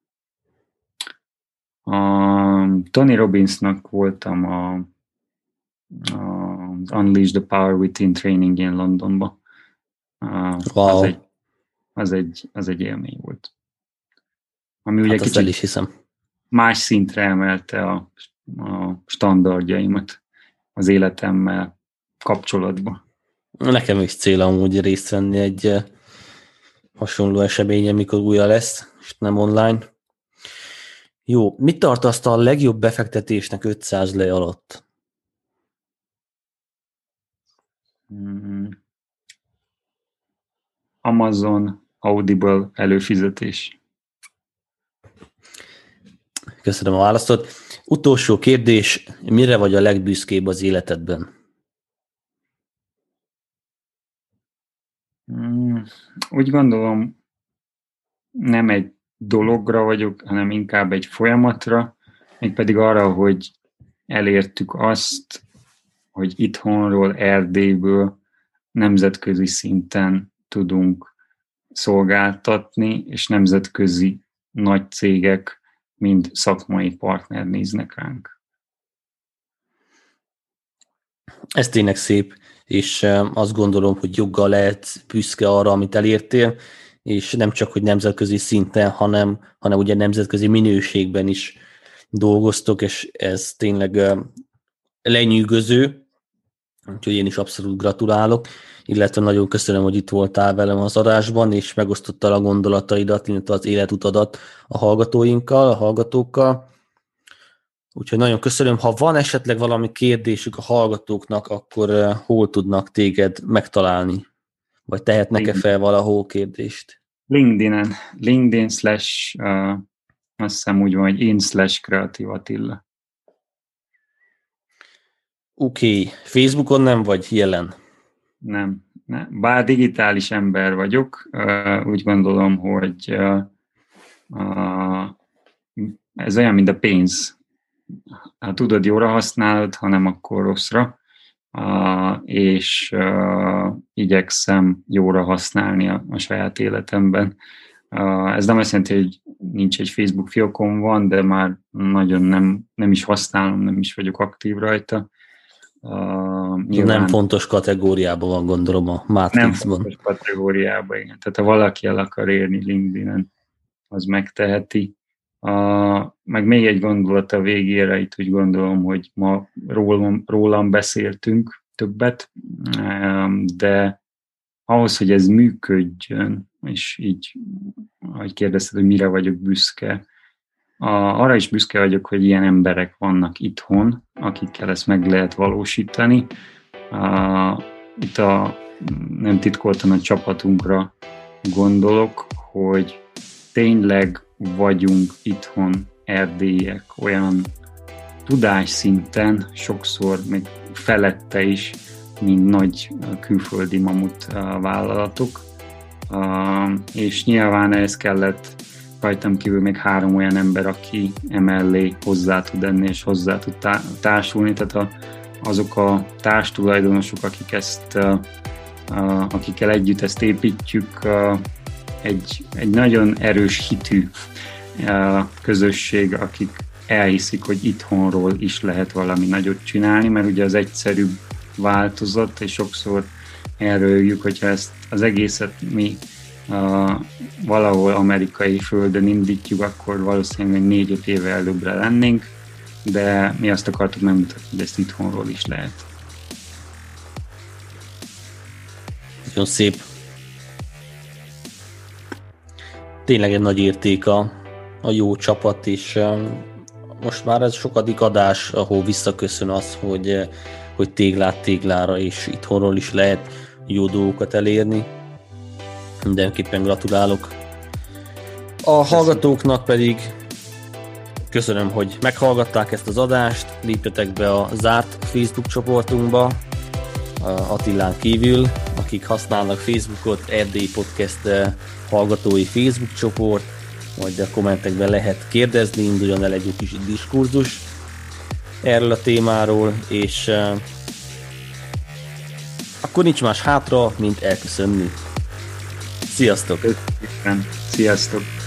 um, Tony Robbinsnak voltam a, a Unleash the Power Within training in Londonba. Uh, wow. az, egy, az, egy, az egy élmény volt. Ami ugye hát kicsit is hiszem. más szintre emelte a, a standardjaimat az életemmel kapcsolatban. Nekem is cél amúgy részt venni egy hasonló eseményen, mikor újra lesz, és nem online. Jó, mit tartasz a legjobb befektetésnek ötszáz lej alatt? Hmm. Amazon Audible előfizetés. Köszönöm a választot. Utolsó kérdés, mire vagy a legbüszkébb az életedben? Hmm. Úgy gondolom, nem egy dologra vagyok, hanem inkább egy folyamatra, mégpedig arra, hogy elértük azt, hogy itthonról, Erdélyből nemzetközi szinten tudunk szolgáltatni, és nemzetközi nagy cégek, mind szakmai partner néznek ránk. Ez tényleg szép, és azt gondolom, hogy joggal lehet büszke arra, amit elértél, és nem csak, hogy nemzetközi szinten, hanem, hanem ugye nemzetközi minőségben is dolgoztok, és ez tényleg lenyűgöző, úgyhogy én is abszolút gratulálok, illetve nagyon köszönöm, hogy itt voltál velem az adásban, és megosztottál a gondolataidat, illetve az életutadat a hallgatóinkkal, a hallgatókkal. Úgyhogy nagyon köszönöm. Ha van esetleg valami kérdésük a hallgatóknak, akkor uh, hol tudnak téged megtalálni? Vagy tehetnek-e fel valahol kérdést? LinkedIn-en. LinkedIn slash, uh, azt hiszem úgy van, hogy in slash Kreatív Attila. Oké. Okay. Facebookon nem vagy jelen? Nem. nem. Bár digitális ember vagyok, uh, úgy gondolom, hogy uh, uh, ez olyan, mint a pénz. Ha tudod, jóra használod, ha nem, akkor rosszra. Uh, és uh, igyekszem jóra használni a, a saját életemben. Uh, ez nem azt jelenti, hogy nincs egy Facebook fiókom van, de már nagyon nem, nem is használom, nem is vagyok aktív rajta. Uh, nyilván, nem fontos kategóriában van, gondolom, a Matrixban. Nem fontos kategóriában, igen. Tehát ha valaki el akar érni LinkedIn-en, az megteheti. Uh, meg még egy gondolat a végére, itt úgy gondolom, hogy ma rólam, rólam beszéltünk többet, um, de ahhoz, hogy ez működjön, és így, ahogy kérdezted, hogy mire vagyok büszke, uh, arra is büszke vagyok, hogy ilyen emberek vannak itthon, akikkel ezt meg lehet valósítani. Uh, itt a nem titkoltan a csapatunkra gondolok, hogy tényleg vagyunk itthon erdélyiek olyan tudásszinten, sokszor még felette is, mint nagy külföldi mamut vállalatok. És nyilván ehhez kellett rajtam kívül még három olyan ember, aki emellé hozzá tud enni és hozzá tud társulni. Tehát a, azok a társtulajdonosok, akik ezt, akikkel együtt ezt építjük, egy, egy nagyon erős hitű közösség, akik elhiszik, hogy itthonról is lehet valami nagyot csinálni, mert ugye az egyszerűbb változat, és sokszor elröljük, hogyha ezt az egészet mi uh, valahol amerikai földön indítjuk, akkor valószínűleg négy-öt éve előbbre lennénk, de mi azt akartuk megmutatni, hogy ezt itthonról is lehet. Nagyon szép. Tényleg egy nagy érték a, a jó csapat, és most már ez sokadik adás, ahol visszaköszön az, hogy, hogy téglát téglára, és itthonról is lehet jó dolgokat elérni. Mindenképpen gratulálok. A hallgatóknak pedig köszönöm, hogy meghallgatták ezt az adást, lépjetek be a zárt Facebook csoportunkba, Attilán kívül, akik használnak Facebookot, Erdélyi Podcast hallgatói Facebook csoport, majd a kommentekben lehet kérdezni, induljon el egy jó kis diskurzus erről a témáról, és uh, akkor nincs más hátra, mint elköszönni. Sziasztok! Sziasztok!